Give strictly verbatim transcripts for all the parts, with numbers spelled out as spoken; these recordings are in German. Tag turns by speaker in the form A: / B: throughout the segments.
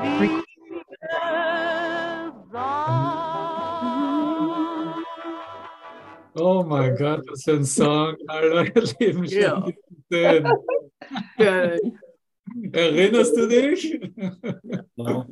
A: Oh mein Gott, was für ein Song. Hallo, ihr Lieben, schön,
B: Ja.
A: dich zu sehen.
B: Schön.
A: Erinnerst du dich?
C: Ja.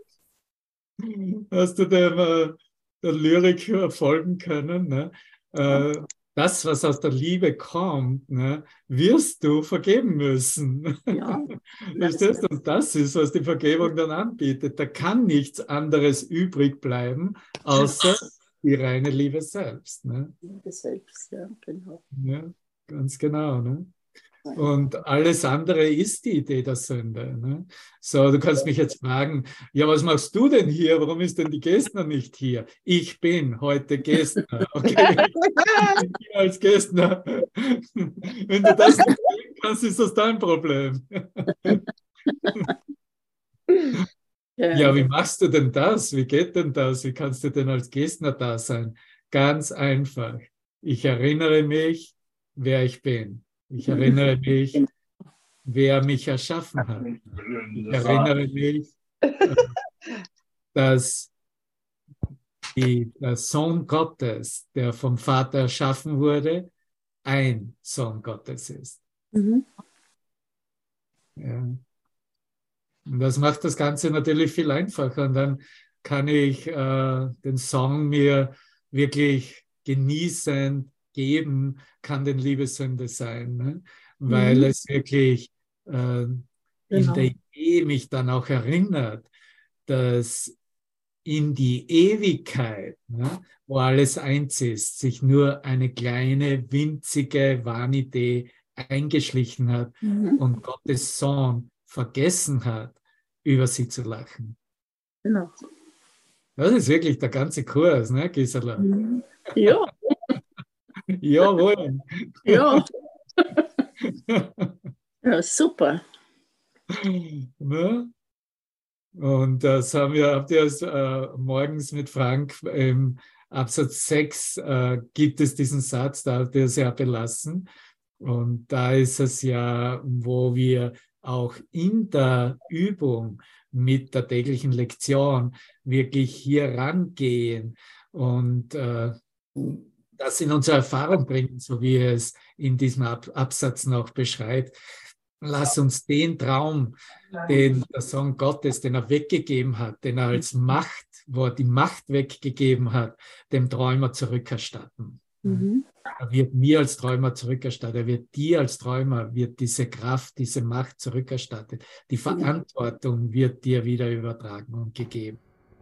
A: Hast du dem, äh, der Lyrik äh, folgen können? Ne? Äh, das, was aus der Liebe kommt, ne, wirst du vergeben müssen.
B: Ja.
A: Verstehst du? Und das ist, was die Vergebung dann anbietet. Da kann nichts anderes übrig bleiben, außer die reine Liebe selbst. Ne?
B: Liebe selbst, ja, genau.
A: Ja, ganz genau. Ne? Und alles andere ist die Idee der Sünde. Ne? So, du kannst mich jetzt fragen, ja, was machst du denn hier? Warum ist denn die Gestner nicht hier? Ich bin heute Gestner. Okay, ich bin hier als Gestner. Wenn du das nicht sehen kannst, ist das dein Problem.
B: Ja.
A: Ja, wie machst du denn das? Wie geht denn das? Wie kannst du denn als Gestner da sein? Ganz einfach. Ich erinnere mich, wer ich bin. Ich erinnere mich, wer mich erschaffen hat. Ich erinnere mich, äh, dass die, der Sohn Gottes, der vom Vater erschaffen wurde, ein Sohn Gottes ist.
B: Mhm.
A: Ja. Und das macht das Ganze natürlich viel einfacher. Und dann kann ich äh, den Song mir wirklich genießend geben, kann den Liebessünde sein, ne? Weil
B: Mhm.
A: es wirklich äh, in
B: Genau.
A: der Idee mich dann auch erinnert, dass in die Ewigkeit, ne, wo alles eins ist, sich nur eine kleine, winzige Wahnidee eingeschlichen hat
B: Mhm.
A: und Gottes Sohn vergessen hat, über sie zu lachen.
B: Genau.
A: Das ist wirklich der ganze Kurs, ne, Gisela?
B: Mhm. Ja.
A: Jawohl.
B: Ja. Ja, super.
A: Ne? Und das haben wir, habt ihr äh, morgens mit Frank im Absatz sechs äh, gibt es diesen Satz, da habt ihr es ja belassen. Und da ist es ja, wo wir auch in der Übung mit der täglichen Lektion wirklich hier rangehen und äh, das in unsere Erfahrung bringen, so wie es in diesem Ab Absatz noch beschreibt. Lass uns den Traum, den der Sohn Gottes, den er weggegeben hat, den er als Macht, wo er die Macht weggegeben hat, dem Träumer zurückerstatten.
B: Mhm.
A: Er wird mir als Träumer zurückerstattet, er wird dir als Träumer, wird diese Kraft, diese Macht zurückerstattet. Die Verantwortung wird dir wieder übertragen und gegeben.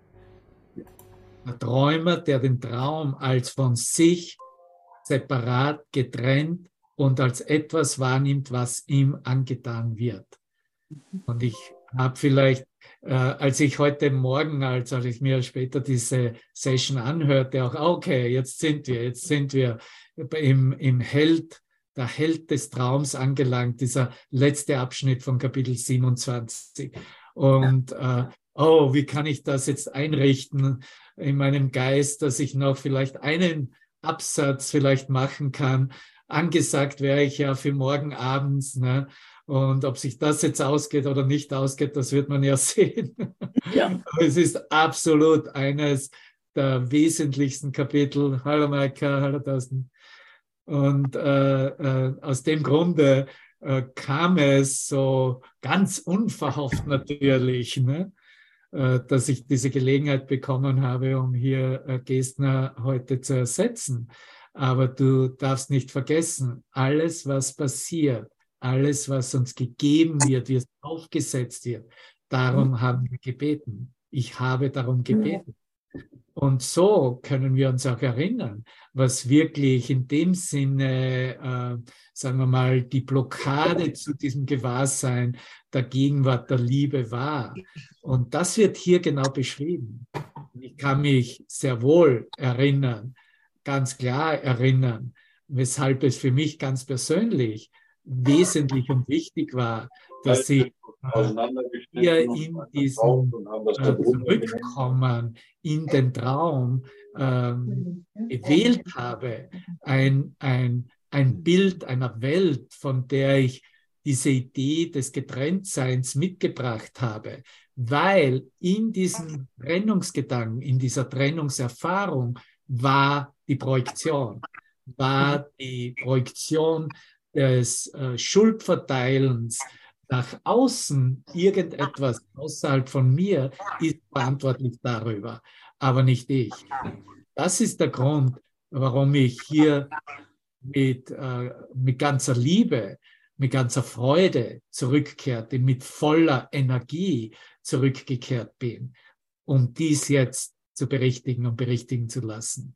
A: Der Träumer, der den Traum als von sich separat, getrennt und als etwas wahrnimmt, was ihm angetan wird. Und ich habe vielleicht, äh, als ich heute Morgen, als, als ich mir später diese Session anhörte, auch, okay, jetzt sind wir, jetzt sind wir im, im Held, der Held des Traums angelangt, dieser letzte Abschnitt von Kapitel siebenundzwanzig. Und äh, oh, wie kann ich das jetzt einrichten in meinem Geist, dass ich noch vielleicht einen Absatz vielleicht machen kann. Angesagt wäre ich ja für morgen abends, ne? Und ob sich das jetzt ausgeht oder nicht ausgeht, das wird man ja sehen.
B: Ja.
A: Aber es ist absolut eines der wesentlichsten Kapitel. Hallo Maika, hallo Thorsten. Und äh, äh, aus dem Grunde äh, kam es so ganz unverhofft natürlich, ne? Dass ich diese Gelegenheit bekommen habe, um hier äh, Gestner heute zu ersetzen. Aber du darfst nicht vergessen, alles, was passiert, alles, was uns gegeben wird, wie es aufgesetzt wird, darum haben wir gebeten. Ich habe darum gebeten. Und so können wir uns auch erinnern, was wirklich in dem Sinne, äh, sagen wir mal, die Blockade zu diesem Gewahrsein der Gegenwart der Liebe war. Und das wird hier genau beschrieben. Ich kann mich sehr wohl erinnern, ganz klar erinnern, weshalb es für mich ganz persönlich wesentlich und wichtig war, dass ich hier in diesen äh, Zurückkommen in den Traum ähm, gewählt habe, ein, ein, ein Bild einer Welt, von der ich diese Idee des Getrenntseins mitgebracht habe, weil in diesem Trennungsgedanken, in dieser Trennungserfahrung war die Projektion, war die Projektion des äh, Schuldverteilens nach außen. Irgendetwas außerhalb von mir ist verantwortlich darüber, aber nicht ich. Das ist der Grund, warum ich hier mit, äh, mit ganzer Liebe, mit ganzer Freude zurückkehrte, mit voller Energie zurückgekehrt bin, um dies jetzt zu berichtigen und berichtigen zu lassen.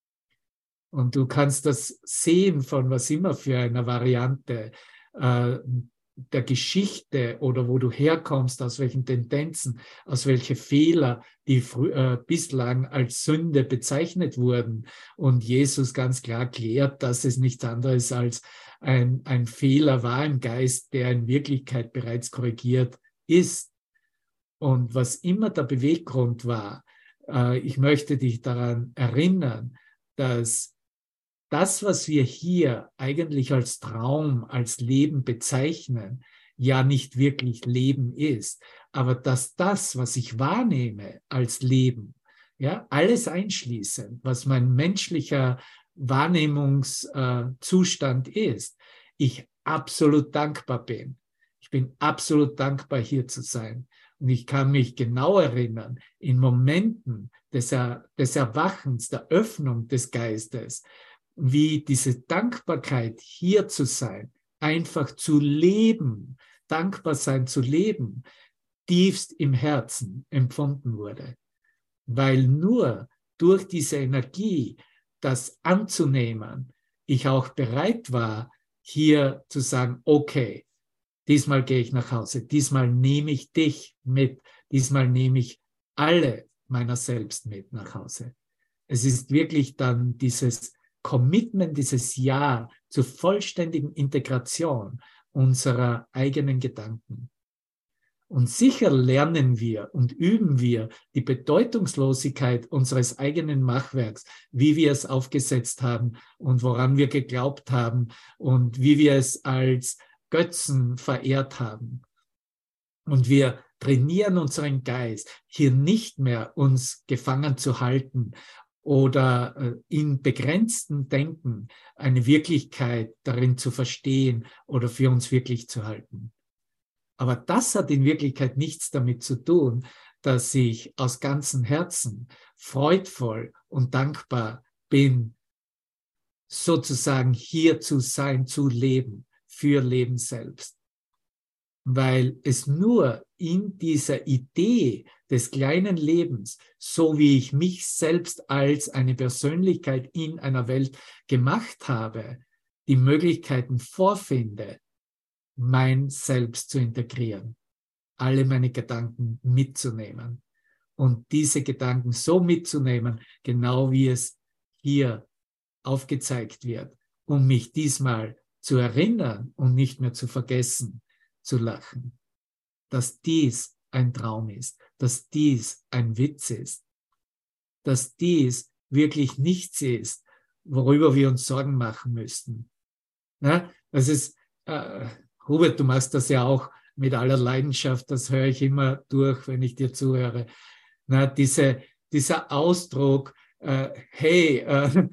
A: Und du kannst das sehen von was immer für einer Variante äh, der Geschichte oder wo du herkommst, aus welchen Tendenzen, aus welchen Fehler, die frü- äh, bislang als Sünde bezeichnet wurden. Und Jesus ganz klar klärt, dass es nichts anderes als ein, ein Fehler war im Geist, der in Wirklichkeit bereits korrigiert ist. Und was immer der Beweggrund war, äh, ich möchte dich daran erinnern, dass das, was wir hier eigentlich als Traum, als Leben bezeichnen, ja nicht wirklich Leben ist, aber dass das, was ich wahrnehme als Leben, ja, alles einschließend, was mein menschlicher Wahrnehmungszustand äh, ist, ich absolut dankbar bin. Ich bin absolut dankbar, hier zu sein. Und ich kann mich genau erinnern, in Momenten des, er, des Erwachens, der Öffnung des Geistes, wie diese Dankbarkeit, hier zu sein, einfach zu leben, dankbar sein zu leben, tiefst im Herzen empfunden wurde. Weil nur durch diese Energie, das anzunehmen, ich auch bereit war, hier zu sagen, okay, diesmal gehe ich nach Hause, diesmal nehme ich dich mit, diesmal nehme ich alle meiner selbst mit nach Hause. Es ist wirklich dann dieses Commitment, dieses Ja zur vollständigen Integration unserer eigenen Gedanken. Und sicher lernen wir und üben wir die Bedeutungslosigkeit unseres eigenen Machwerks, wie wir es aufgesetzt haben und woran wir geglaubt haben und wie wir es als Götzen verehrt haben. Und wir trainieren unseren Geist, hier nicht mehr uns gefangen zu halten oder äh, in begrenztem Denken eine Wirklichkeit darin zu verstehen oder für uns wirklich zu halten. Aber das hat in Wirklichkeit nichts damit zu tun, dass ich aus ganzem Herzen freudvoll und dankbar bin, sozusagen hier zu sein, zu leben, für Leben selbst. Weil es nur in dieser Idee des kleinen Lebens, so wie ich mich selbst als eine Persönlichkeit in einer Welt gemacht habe, die Möglichkeiten vorfinde, mein Selbst zu integrieren, alle meine Gedanken mitzunehmen und diese Gedanken so mitzunehmen, genau wie es hier aufgezeigt wird, um mich diesmal zu erinnern und nicht mehr zu vergessen, zu lachen, dass dies ein Traum ist, dass dies ein Witz ist, dass dies wirklich nichts ist, worüber wir uns Sorgen machen müssten. Ja, das ist, äh, Hubert, du machst das ja auch mit aller Leidenschaft, das höre ich immer durch, wenn ich dir zuhöre. Na, diese, dieser Ausdruck, äh, hey, äh,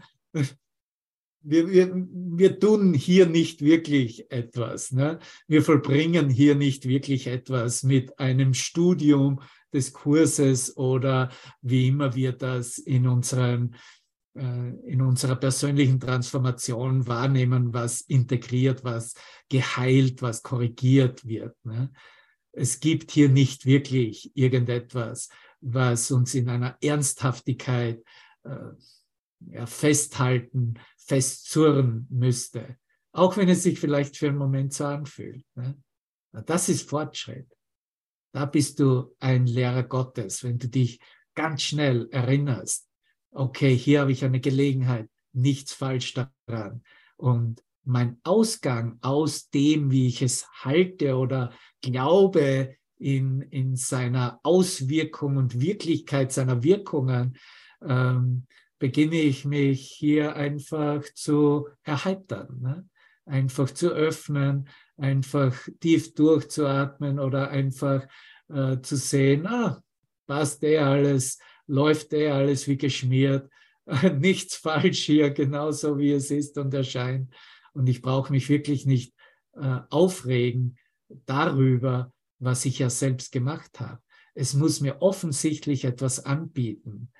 A: Wir, wir, wir tun hier nicht wirklich etwas. Ne? Wir vollbringen hier nicht wirklich etwas mit einem Studium des Kurses oder wie immer wir das in, unserem, äh, in unserer persönlichen Transformation wahrnehmen, was integriert, was geheilt, was korrigiert wird. Ne? Es gibt hier nicht wirklich irgendetwas, was uns in einer Ernsthaftigkeit äh, ja, festhalten, festzurren müsste, auch wenn es sich vielleicht für einen Moment so anfühlt. Ne? Das ist Fortschritt. Da bist du ein Lehrer Gottes, wenn du dich ganz schnell erinnerst, okay, hier habe ich eine Gelegenheit, nichts falsch daran. Und mein Ausgang aus dem, wie ich es halte oder glaube, in, in seiner Auswirkung und Wirklichkeit seiner Wirkungen, ähm, beginne ich mich hier einfach zu erheitern, ne? Einfach zu öffnen, einfach tief durchzuatmen oder einfach äh, zu sehen, ah, passt eh alles, läuft eh alles wie geschmiert, nichts falsch hier, genauso wie es ist und erscheint. Und ich brauche mich wirklich nicht äh, aufregen darüber, was ich ja selbst gemacht habe. Es muss mir offensichtlich etwas anbieten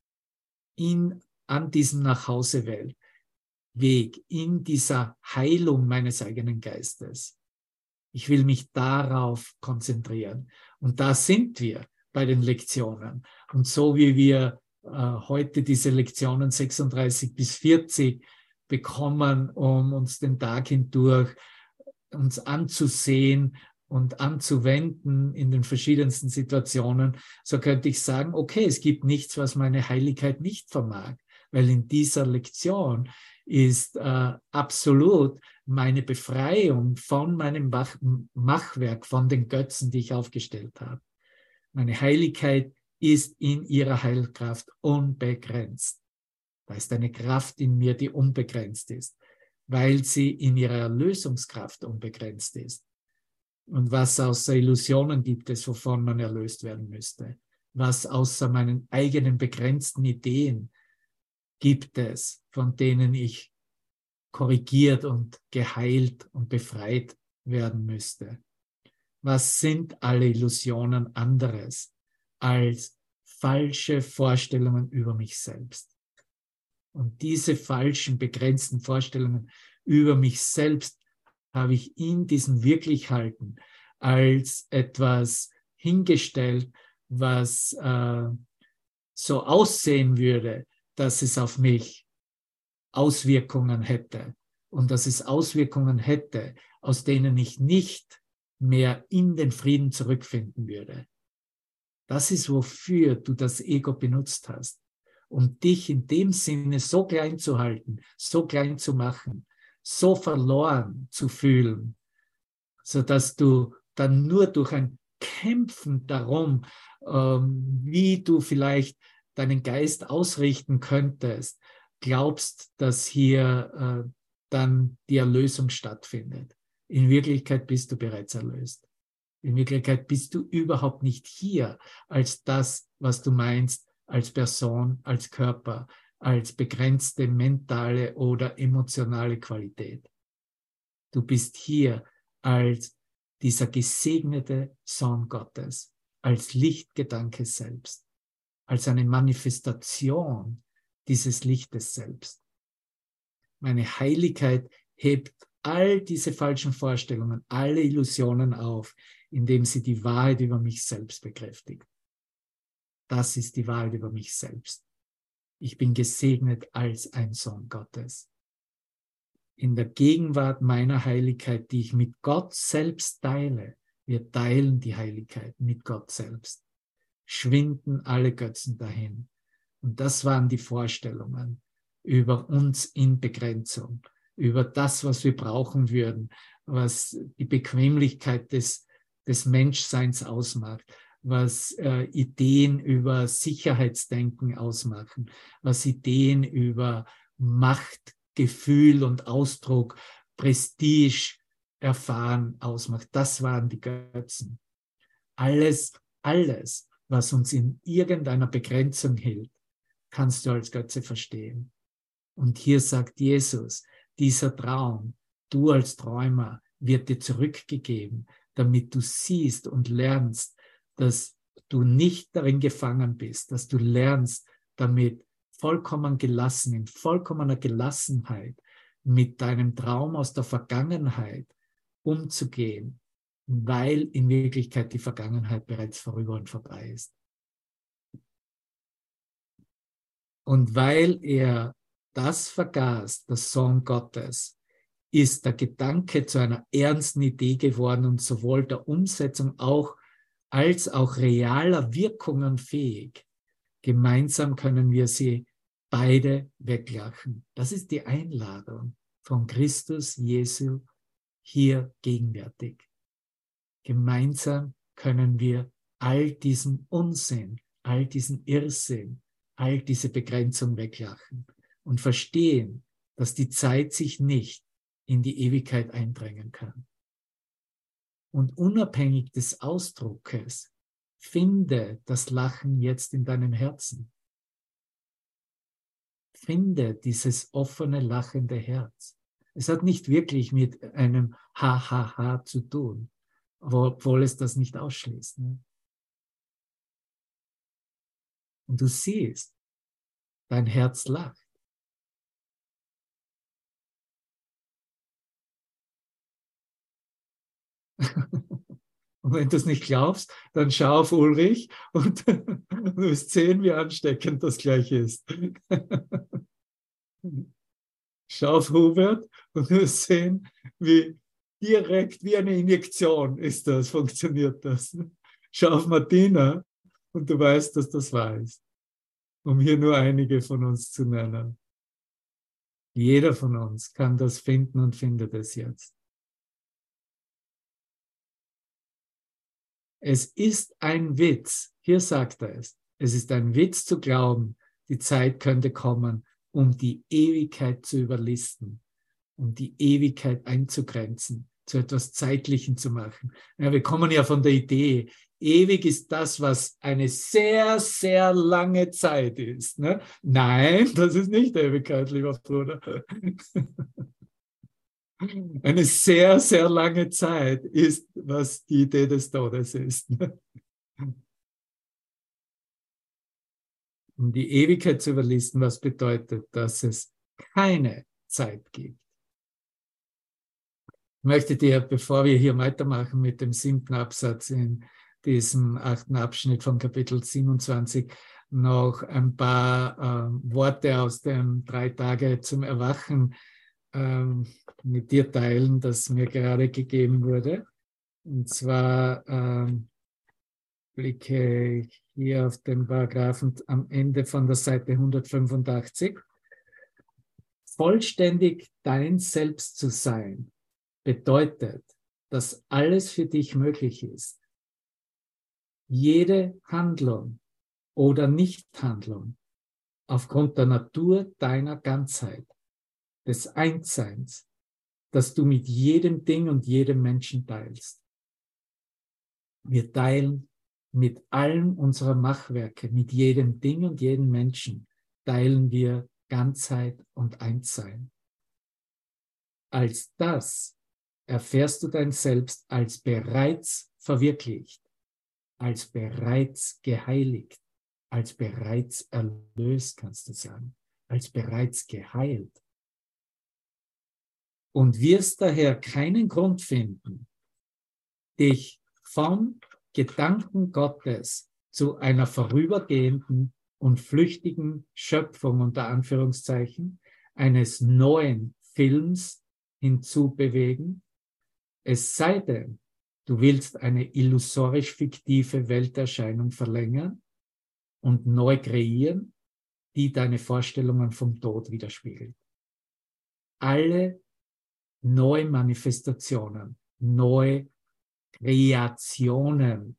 A: in, an diesem Nachhauseweg, in dieser Heilung meines eigenen Geistes. Ich will mich darauf konzentrieren. Und da sind wir bei den Lektionen. Und so wie wir äh, heute diese Lektionen sechsunddreißig bis vierzig bekommen, um uns den Tag hindurch uns anzusehen und anzuwenden in den verschiedensten Situationen, so könnte ich sagen, okay, es gibt nichts, was meine Heiligkeit nicht vermag, weil in dieser Lektion ist äh, absolut meine Befreiung von meinem Mach Machwerk, von den Götzen, die ich aufgestellt habe. Meine Heiligkeit ist in ihrer Heilkraft unbegrenzt. Da ist eine Kraft in mir, die unbegrenzt ist, weil sie in ihrer Erlösungskraft unbegrenzt ist. Und was außer Illusionen gibt es, wovon man erlöst werden müsste? Was außer meinen eigenen begrenzten Ideen gibt es, von denen ich korrigiert und geheilt und befreit werden müsste? Was sind alle Illusionen anderes als falsche Vorstellungen über mich selbst? Und diese falschen, begrenzten Vorstellungen über mich selbst habe ich in diesem Wirklichhalten als etwas hingestellt, was äh, so aussehen würde, dass es auf mich Auswirkungen hätte und dass es Auswirkungen hätte, aus denen ich nicht mehr in den Frieden zurückfinden würde. Das ist, wofür du das Ego benutzt hast, um dich in dem Sinne so klein zu halten, so klein zu machen, so verloren zu fühlen, sodass du dann nur durch ein Kämpfen darum, ähm, wie du vielleicht deinen Geist ausrichten könntest, glaubst, dass hier äh, dann die Erlösung stattfindet. In Wirklichkeit bist du bereits erlöst. In Wirklichkeit bist du überhaupt nicht hier als das, was du meinst, als Person, als Körper, als begrenzte mentale oder emotionale Qualität. Du bist hier als dieser gesegnete Sohn Gottes, als Lichtgedanke selbst, als eine Manifestation dieses Lichtes selbst. Meine Heiligkeit hebt all diese falschen Vorstellungen, alle Illusionen auf, indem sie die Wahrheit über mich selbst bekräftigt. Das ist die Wahrheit über mich selbst. Ich bin gesegnet als ein Sohn Gottes. In der Gegenwart meiner Heiligkeit, die ich mit Gott selbst teile, wir teilen die Heiligkeit mit Gott selbst, schwinden alle Götzen dahin. Und das waren die Vorstellungen über uns in Begrenzung, über das, was wir brauchen würden, was die Bequemlichkeit des, des Menschseins ausmacht, was äh, Ideen über Sicherheitsdenken ausmachen, was Ideen über Macht, Gefühl und Ausdruck, Prestige erfahren ausmacht. Das waren die Götzen. Alles, alles, was uns in irgendeiner Begrenzung hält, kannst du als Götze verstehen. Und hier sagt Jesus, dieser Traum, du als Träumer, wird dir zurückgegeben, damit du siehst und lernst, dass du nicht darin gefangen bist, dass du lernst, damit vollkommen gelassen, in vollkommener Gelassenheit mit deinem Traum aus der Vergangenheit umzugehen, weil in Wirklichkeit die Vergangenheit bereits vorüber und vorbei ist. Und weil er das vergaß, der Sohn Gottes, ist der Gedanke zu einer ernsten Idee geworden und sowohl der Umsetzung auch als auch realer Wirkungen fähig. Gemeinsam können wir sie beide weglachen. Das ist die Einladung von Christus Jesu hier gegenwärtig. Gemeinsam können wir all diesen Unsinn, all diesen Irrsinn, all diese Begrenzung weglachen und verstehen, dass die Zeit sich nicht in die Ewigkeit eindrängen kann. Und unabhängig des Ausdruckes, finde das Lachen jetzt in deinem Herzen. Finde dieses offene, lachende Herz. Es hat nicht wirklich mit einem Ha-Ha-Ha zu tun, obwohl es das nicht ausschließt. Ne? Und du siehst, dein Herz lacht. Und wenn du es nicht glaubst, dann schau auf Ulrich und du wirst sehen, wie ansteckend das gleich ist. Schau auf Hubert und du wirst sehen, wie direkt wie eine Injektion ist das, funktioniert das. Schau auf Martina und du weißt, dass das wahr ist. Um hier nur einige von uns zu nennen. Jeder von uns kann das finden und findet es jetzt. Es ist ein Witz, hier sagt er es, es ist ein Witz zu glauben, die Zeit könnte kommen, um die Ewigkeit zu überlisten, um die Ewigkeit einzugrenzen, zu etwas Zeitlichem zu machen. Ja, wir kommen ja von der Idee, ewig ist das, was eine sehr, sehr lange Zeit ist. Ne? Nein, das ist nicht Ewigkeit, lieber Bruder. Eine sehr, sehr lange Zeit ist, was die Idee des Todes ist. Um die Ewigkeit zu überlisten, was bedeutet, dass es keine Zeit gibt. Ich möchte dir, bevor wir hier weitermachen mit dem siebten Absatz in diesem achten Abschnitt von Kapitel siebenundzwanzig, noch ein paar äh, Worte aus dem Drei Tage zum Erwachen ähm, mit dir teilen, das mir gerade gegeben wurde. Und zwar ähm, blicke ich hier auf den Paragraphen am Ende von der Seite hundertfünfundachtzig. Vollständig dein Selbst zu sein, bedeutet, dass alles für dich möglich ist. Jede Handlung oder Nichthandlung aufgrund der Natur deiner Ganzheit, des Einsseins, das du mit jedem Ding und jedem Menschen teilst. Wir teilen mit allen unserer Machwerke, mit jedem Ding und jedem Menschen, teilen wir Ganzheit und Einssein. Als das erfährst du dein Selbst als bereits verwirklicht, als bereits geheiligt, als bereits erlöst, kannst du sagen, als bereits geheilt. Und wirst daher keinen Grund finden, dich vom Gedanken Gottes zu einer vorübergehenden und flüchtigen Schöpfung unter Anführungszeichen eines neuen Films hinzubewegen, es sei denn, du willst eine illusorisch fiktive Welterscheinung verlängern und neu kreieren, die deine Vorstellungen vom Tod widerspiegelt. Alle Neumanifestationen, Neukreationen,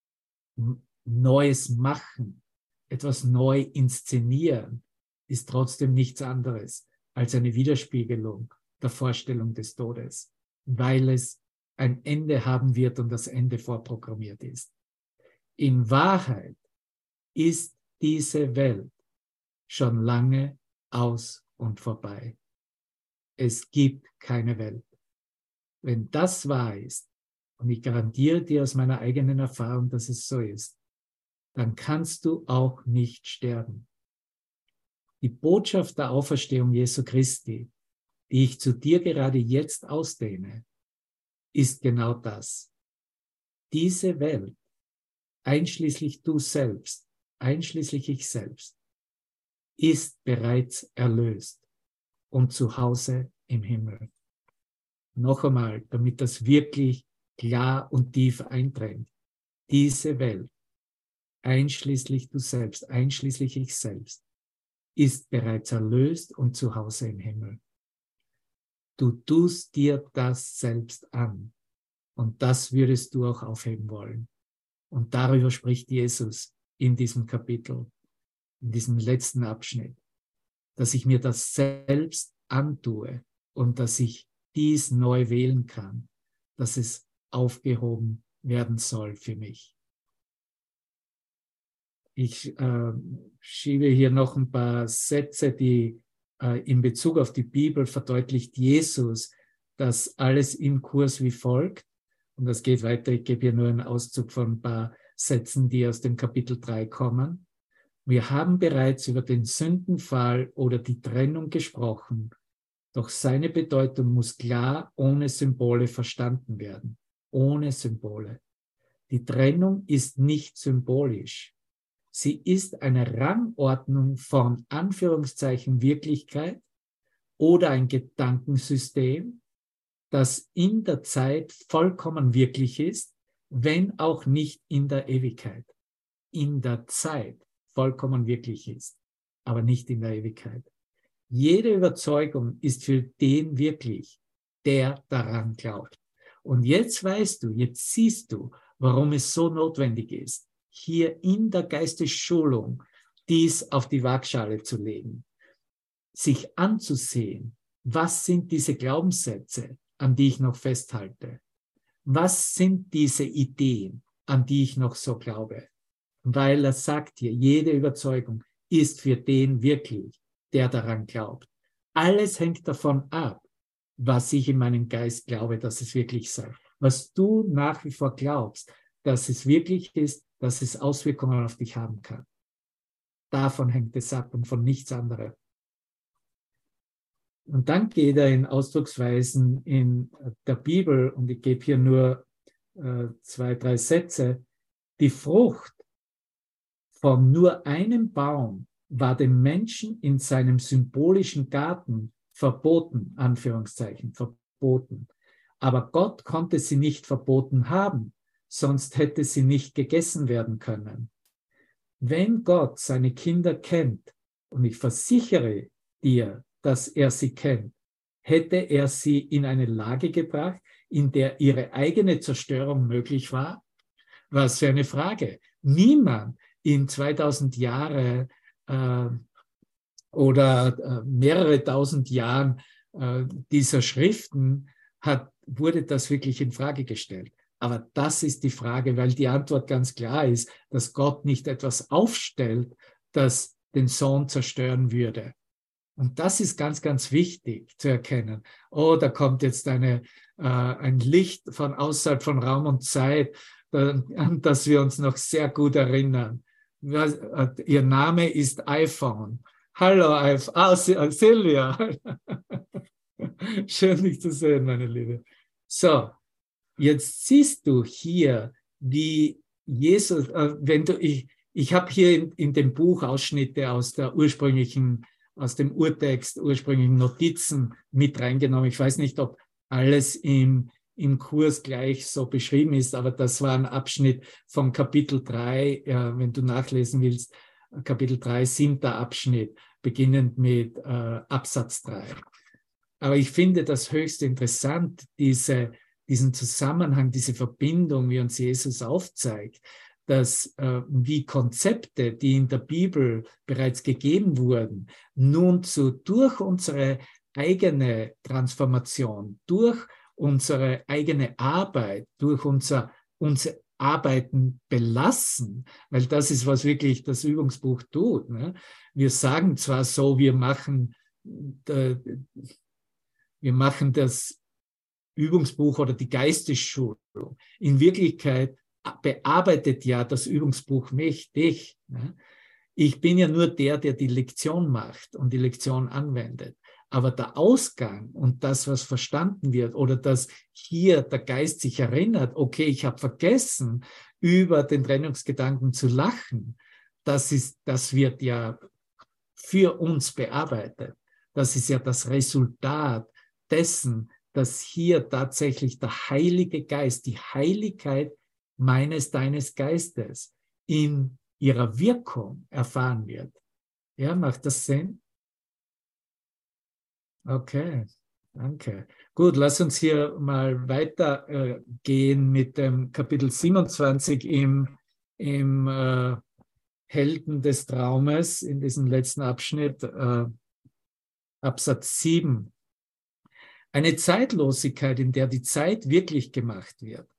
A: Neues machen, etwas neu inszenieren, ist trotzdem nichts anderes als eine Widerspiegelung der Vorstellung des Todes, weil es ein Ende haben wird und das Ende vorprogrammiert ist. In Wahrheit ist diese Welt schon lange aus und vorbei. Es gibt keine Welt. Wenn das wahr ist, und ich garantiere dir aus meiner eigenen Erfahrung, dass es so ist, dann kannst du auch nicht sterben. Die Botschaft der Auferstehung Jesu Christi, die ich zu dir gerade jetzt ausdehne, ist genau das. Diese Welt, einschließlich du selbst, einschließlich ich selbst, ist bereits erlöst und zu Hause im Himmel. Noch einmal, damit das wirklich klar und tief eindringt. Diese Welt, einschließlich du selbst, einschließlich ich selbst, ist bereits erlöst und zu Hause im Himmel. Du tust dir das selbst an und das würdest du auch aufheben wollen. Und darüber spricht Jesus in diesem Kapitel, in diesem letzten Abschnitt, dass ich mir das selbst antue und dass ich dies neu wählen kann, dass es aufgehoben werden soll für mich. Ich äh, schiebe hier noch ein paar Sätze, die äh, in Bezug auf die Bibel verdeutlicht Jesus das alles im Kurs wie folgt. Und das geht weiter. Ich gebe hier nur einen Auszug von ein paar Sätzen, die aus dem Kapitel drei kommen. Wir haben bereits über den Sündenfall oder die Trennung gesprochen. Doch seine Bedeutung muss klar ohne Symbole verstanden werden. Ohne Symbole. Die Trennung ist nicht symbolisch. Sie ist eine Rangordnung von Anführungszeichen Wirklichkeit oder ein Gedankensystem, das in der Zeit vollkommen wirklich ist, wenn auch nicht in der Ewigkeit. In der Zeit vollkommen wirklich ist, aber nicht in der Ewigkeit. Jede Überzeugung ist für den wirklich, der daran glaubt. Und jetzt weißt du, jetzt siehst du, warum es so notwendig ist, hier in der Geistesschulung dies auf die Waagschale zu legen, sich anzusehen, was sind diese Glaubenssätze, an die ich noch festhalte? Was sind diese Ideen, an die ich noch so glaube? Weil er sagt hier, jede Überzeugung ist für den wirklich, der daran glaubt. Alles hängt davon ab, was ich in meinem Geist glaube, dass es wirklich sei. Was du nach wie vor glaubst, dass es wirklich ist, dass es Auswirkungen auf dich haben kann. Davon hängt es ab und von nichts anderem. Und dann geht er in Ausdrucksweisen in der Bibel, und ich gebe hier nur äh, zwei, drei Sätze. Die Frucht von nur einem Baum war dem Menschen in seinem symbolischen Garten verboten, Anführungszeichen, verboten. Aber Gott konnte sie nicht verboten haben, sonst hätte sie nicht gegessen werden können. Wenn Gott seine Kinder kennt, und ich versichere dir, dass er sie kennt, hätte er sie in eine Lage gebracht, in der ihre eigene Zerstörung möglich war? Was für eine Frage. Niemand in zweitausend Jahre äh, oder äh, mehrere tausend Jahren äh, dieser Schriften hat, wurde das wirklich in Frage gestellt. Aber das ist die Frage, weil die Antwort ganz klar ist, dass Gott nicht etwas aufstellt, das den Sohn zerstören würde. Und das ist ganz, ganz wichtig zu erkennen. Oh, da kommt jetzt eine, äh, ein Licht von außerhalb von Raum und Zeit, äh, an das wir uns noch sehr gut erinnern. Was, äh, ihr Name ist iPhone. Hallo, iPhone. Ah, Silvia. Schön, dich zu sehen, meine Liebe. So, jetzt siehst du hier, wie Jesus, äh, wenn du, ich, ich habe hier in, in dem Buch Ausschnitte aus der ursprünglichen aus dem Urtext, ursprünglichen Notizen mit reingenommen. Ich weiß nicht, ob alles im, im Kurs gleich so beschrieben ist, aber das war ein Abschnitt vom Kapitel drei, äh, wenn du nachlesen willst, Kapitel drei, siebter Abschnitt, beginnend mit äh, Absatz drei. Aber ich finde das höchst interessant, diese, diesen Zusammenhang, diese Verbindung, wie uns Jesus aufzeigt, dass äh, wie Konzepte, die in der Bibel bereits gegeben wurden, nun zu durch unsere eigene Transformation, durch unsere eigene Arbeit, durch unser, unser Arbeiten belassen, weil das ist, was wirklich das Übungsbuch tut. Ne? Wir sagen zwar so, wir machen, äh, wir machen das Übungsbuch oder die Geistesschulung. In Wirklichkeit bearbeitet ja das Übungsbuch mich, dich. Ich bin ja nur der, der die Lektion macht und die Lektion anwendet. Aber der Ausgang und das, was verstanden wird, oder dass hier der Geist sich erinnert, okay, ich habe vergessen, über den Trennungsgedanken zu lachen, das ist, das wird ja für uns bearbeitet. Das ist ja das Resultat dessen, dass hier tatsächlich der Heilige Geist, die Heiligkeit meines, deines Geistes in ihrer Wirkung erfahren wird. Ja, macht das Sinn? Okay, danke. Gut, lass uns hier mal weitergehen äh, mit dem Kapitel siebenundzwanzig im, im äh, Helden des Traumes, in diesem letzten Abschnitt, äh, Absatz sieben. Eine Zeitlosigkeit, in der die Zeit wirklich gemacht wird,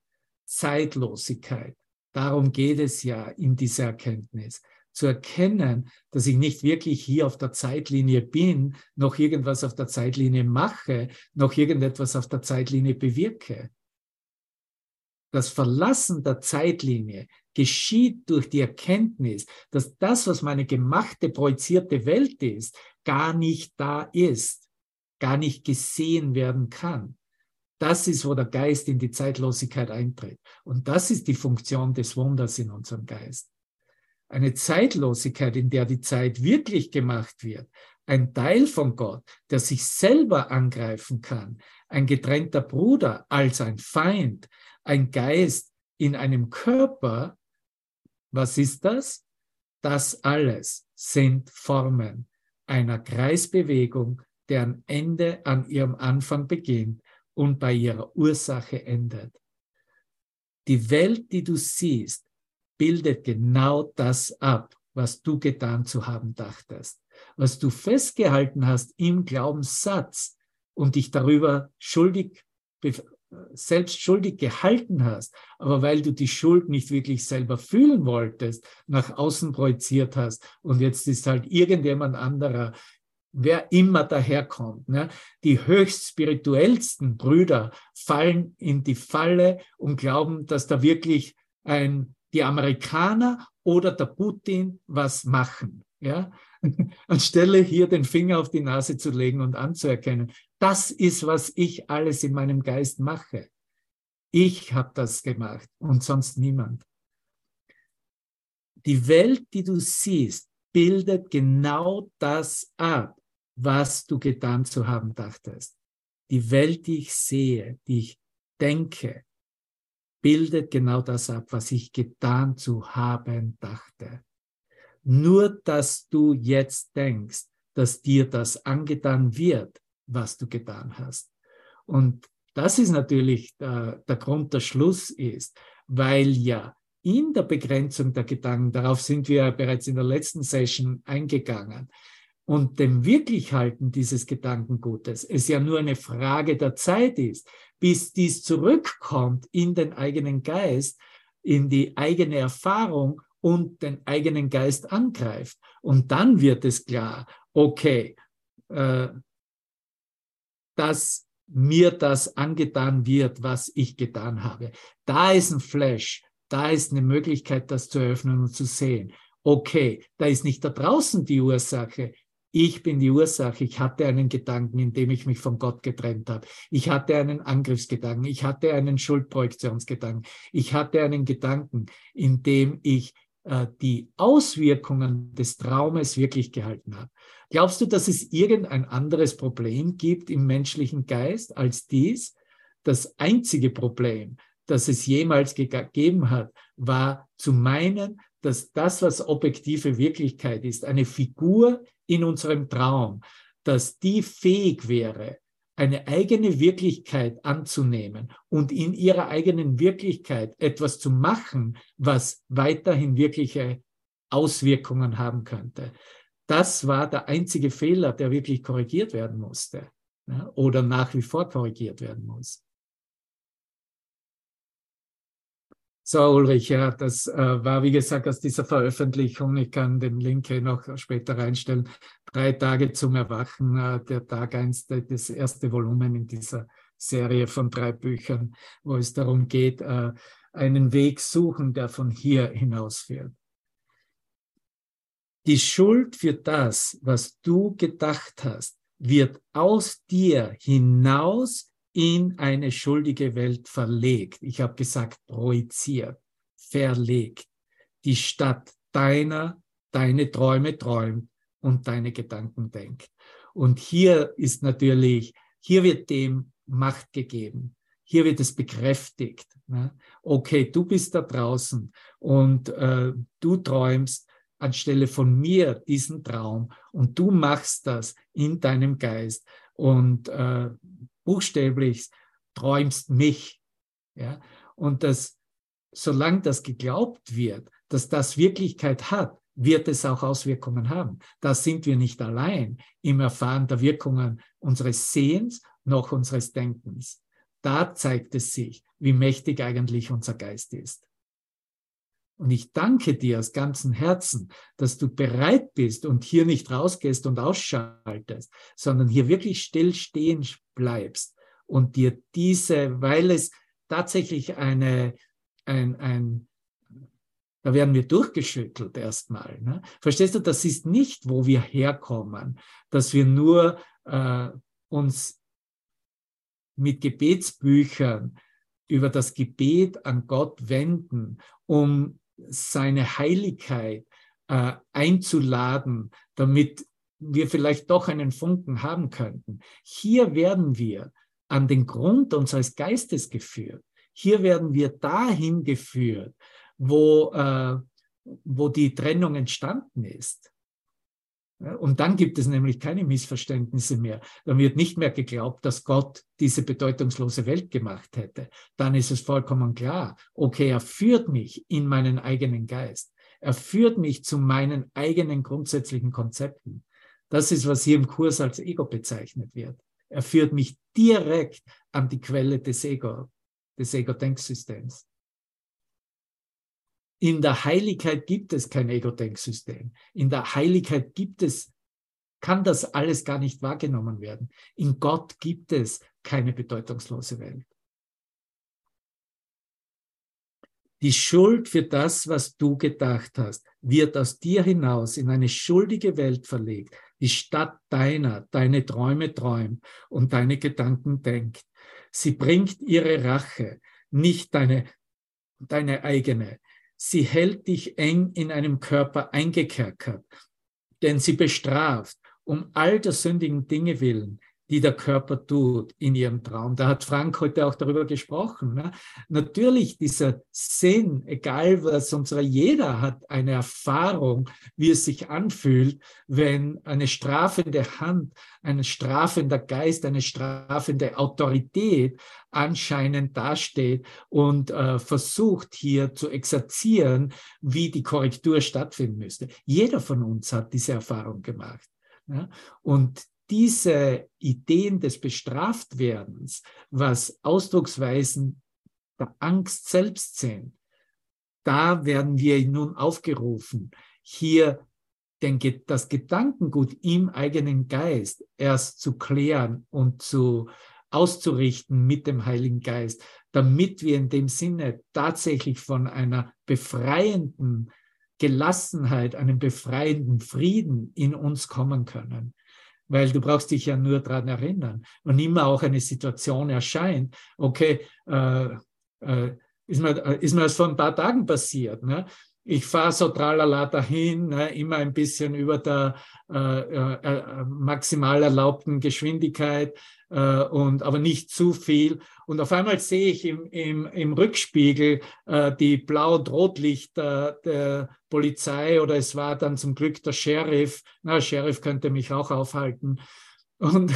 A: Zeitlosigkeit. Darum geht es ja in dieser Erkenntnis. Zu erkennen, dass ich nicht wirklich hier auf der Zeitlinie bin, noch irgendwas auf der Zeitlinie mache, noch irgendetwas auf der Zeitlinie bewirke. Das Verlassen der Zeitlinie geschieht durch die Erkenntnis, dass das, was meine gemachte, projizierte Welt ist, gar nicht da ist, gar nicht gesehen werden kann. Das ist, wo der Geist in die Zeitlosigkeit eintritt. Und das ist die Funktion des Wunders in unserem Geist. Eine Zeitlosigkeit, in der die Zeit wirklich gemacht wird, ein Teil von Gott, der sich selber angreifen kann, ein getrennter Bruder als ein Feind, ein Geist in einem Körper, was ist das? Das alles sind Formen einer Kreisbewegung, deren Ende an ihrem Anfang beginnt und bei ihrer Ursache endet. Die Welt, die du siehst, bildet genau das ab, was du getan zu haben dachtest. Was du festgehalten hast im Glaubenssatz und dich darüber schuldig, selbst schuldig gehalten hast, aber weil du die Schuld nicht wirklich selber fühlen wolltest, nach außen projiziert hast und jetzt ist halt irgendjemand anderer, wer immer daherkommt. Ne? Die höchst spirituellsten Brüder fallen in die Falle und glauben, dass da wirklich ein die Amerikaner oder der Putin was machen, ja, anstelle hier den Finger auf die Nase zu legen und anzuerkennen, das ist, was ich alles in meinem Geist mache. Ich habe das gemacht und sonst niemand. Die Welt, die du siehst, bildet genau das ab, was du getan zu haben dachtest. Die Welt, die ich sehe, die ich denke, bildet genau das ab, was ich getan zu haben dachte. Nur, dass du jetzt denkst, dass dir das angetan wird, was du getan hast. Und das ist natürlich der, der Grund, der Schluss ist, weil ja in der Begrenzung der Gedanken, darauf sind wir bereits in der letzten Session eingegangen, und dem Wirklichhalten dieses Gedankengutes es ja nur eine Frage der Zeit ist, bis dies zurückkommt in den eigenen Geist, in die eigene Erfahrung und den eigenen Geist angreift. Und dann wird es klar, okay, äh, dass mir das angetan wird, was ich getan habe. Da ist ein Flash, da ist eine Möglichkeit, das zu öffnen und zu sehen. Okay, da ist nicht da draußen die Ursache, ich bin die Ursache. Ich hatte einen Gedanken, in dem ich mich von Gott getrennt habe. Ich hatte einen Angriffsgedanken. Ich hatte einen Schuldprojektionsgedanken. Ich hatte einen Gedanken, in dem ich äh, die Auswirkungen des Traumes wirklich gehalten habe. Glaubst du, dass es irgendein anderes Problem gibt im menschlichen Geist als dies? Das einzige Problem, das es jemals gegeben hat, war zu meinen, dass das, was objektive Wirklichkeit ist, eine Figur in unserem Traum, dass die fähig wäre, eine eigene Wirklichkeit anzunehmen und in ihrer eigenen Wirklichkeit etwas zu machen, was weiterhin wirkliche Auswirkungen haben könnte. Das war der einzige Fehler, der wirklich korrigiert werden musste, ja, oder nach wie vor korrigiert werden muss. So, Ulrich, ja, das äh, war, wie gesagt, aus dieser Veröffentlichung, ich kann den Link hier noch später reinstellen, drei Tage zum Erwachen, äh, der Tag eins, das erste Volumen in dieser Serie von drei Büchern, wo es darum geht, äh, einen Weg suchen, der von hier hinausführt. Die Schuld für das, was du gedacht hast, wird aus dir hinaus in eine schuldige Welt verlegt. Ich habe gesagt, projiziert, verlegt. Die Stadt deiner, deine Träume träumt und deine Gedanken denkt. Und hier ist natürlich, hier wird dem Macht gegeben. Hier wird es bekräftigt. Ne? Okay, du bist da draußen und äh, du träumst anstelle von mir diesen Traum und du machst das in deinem Geist und äh, buchstäblich träumst mich. Ja? Und das, solange das geglaubt wird, dass das Wirklichkeit hat, wird es auch Auswirkungen haben. Da sind wir nicht allein im Erfahren der Wirkungen unseres Sehens noch unseres Denkens. da zeigt es sich, wie mächtig eigentlich unser Geist ist. Und ich danke dir aus ganzem Herzen, dass du bereit bist und hier nicht rausgehst und ausschaltest, sondern hier wirklich still stehen bleibst und dir diese, weil es tatsächlich eine, ein, ein, da werden wir durchgeschüttelt erstmal. Ne? Verstehst du, das ist nicht, wo wir herkommen, dass wir nur äh, uns mit Gebetsbüchern über das Gebet an Gott wenden, um seine Heiligkeit äh, einzuladen, damit wir vielleicht doch einen Funken haben könnten. Hier werden wir an den Grund unseres Geistes geführt. Hier werden wir dahin geführt, wo, äh, wo die Trennung entstanden ist. Und dann gibt es nämlich keine Missverständnisse mehr. Dann wird nicht mehr geglaubt, dass Gott diese bedeutungslose Welt gemacht hätte. Dann ist es vollkommen klar, okay, er führt mich in meinen eigenen Geist. Er führt mich zu meinen eigenen grundsätzlichen Konzepten. Das ist, was hier im Kurs als Ego bezeichnet wird. Er führt mich direkt an die Quelle des Ego, des Ego-Denksystems. In der Heiligkeit gibt es kein Ego-Denksystem. In der Heiligkeit gibt es, kann das alles gar nicht wahrgenommen werden. In Gott gibt es keine bedeutungslose Welt. Die Schuld für das, was du gedacht hast, wird aus dir hinaus in eine schuldige Welt verlegt, die statt deiner deine Träume träumt und deine Gedanken denkt. Sie bringt ihre Rache, nicht deine, deine eigene. Sie hält dich eng in einem Körper eingekerkert, denn sie bestraft um all der sündigen Dinge willen, die der Körper tut in ihrem Traum. Da hat Frank heute auch darüber gesprochen. Ne? Natürlich dieser Sinn, egal was unserer, jeder hat eine Erfahrung, wie es sich anfühlt, wenn eine strafende Hand, ein strafender Geist, eine strafende Autorität anscheinend dasteht und äh, versucht hier zu exerzieren, wie die Korrektur stattfinden müsste. Jeder von uns hat diese Erfahrung gemacht. Ja? Und diese Ideen des Bestraftwerdens, was Ausdrucksweisen der Angst selbst sind, da werden wir nun aufgerufen, hier den, das Gedankengut im eigenen Geist erst zu klären und zu auszurichten mit dem Heiligen Geist, damit wir in dem Sinne tatsächlich von einer befreienden Gelassenheit, einem befreienden Frieden in uns kommen können. Weil du brauchst dich ja nur daran erinnern. Und immer auch eine Situation erscheint, okay, äh, äh, ist, mir, ist mir das vor ein paar Tagen passiert. Ne? Ich fahre so tralala dahin, ne? Immer ein bisschen über der äh, äh, maximal erlaubten Geschwindigkeit, äh, und, aber nicht zu viel. Und auf einmal sehe ich im, im, im Rückspiegel äh, die Blau- und Rotlichter der Polizei, oder es war dann zum Glück der Sheriff. Na, der Sheriff könnte mich auch aufhalten. Und,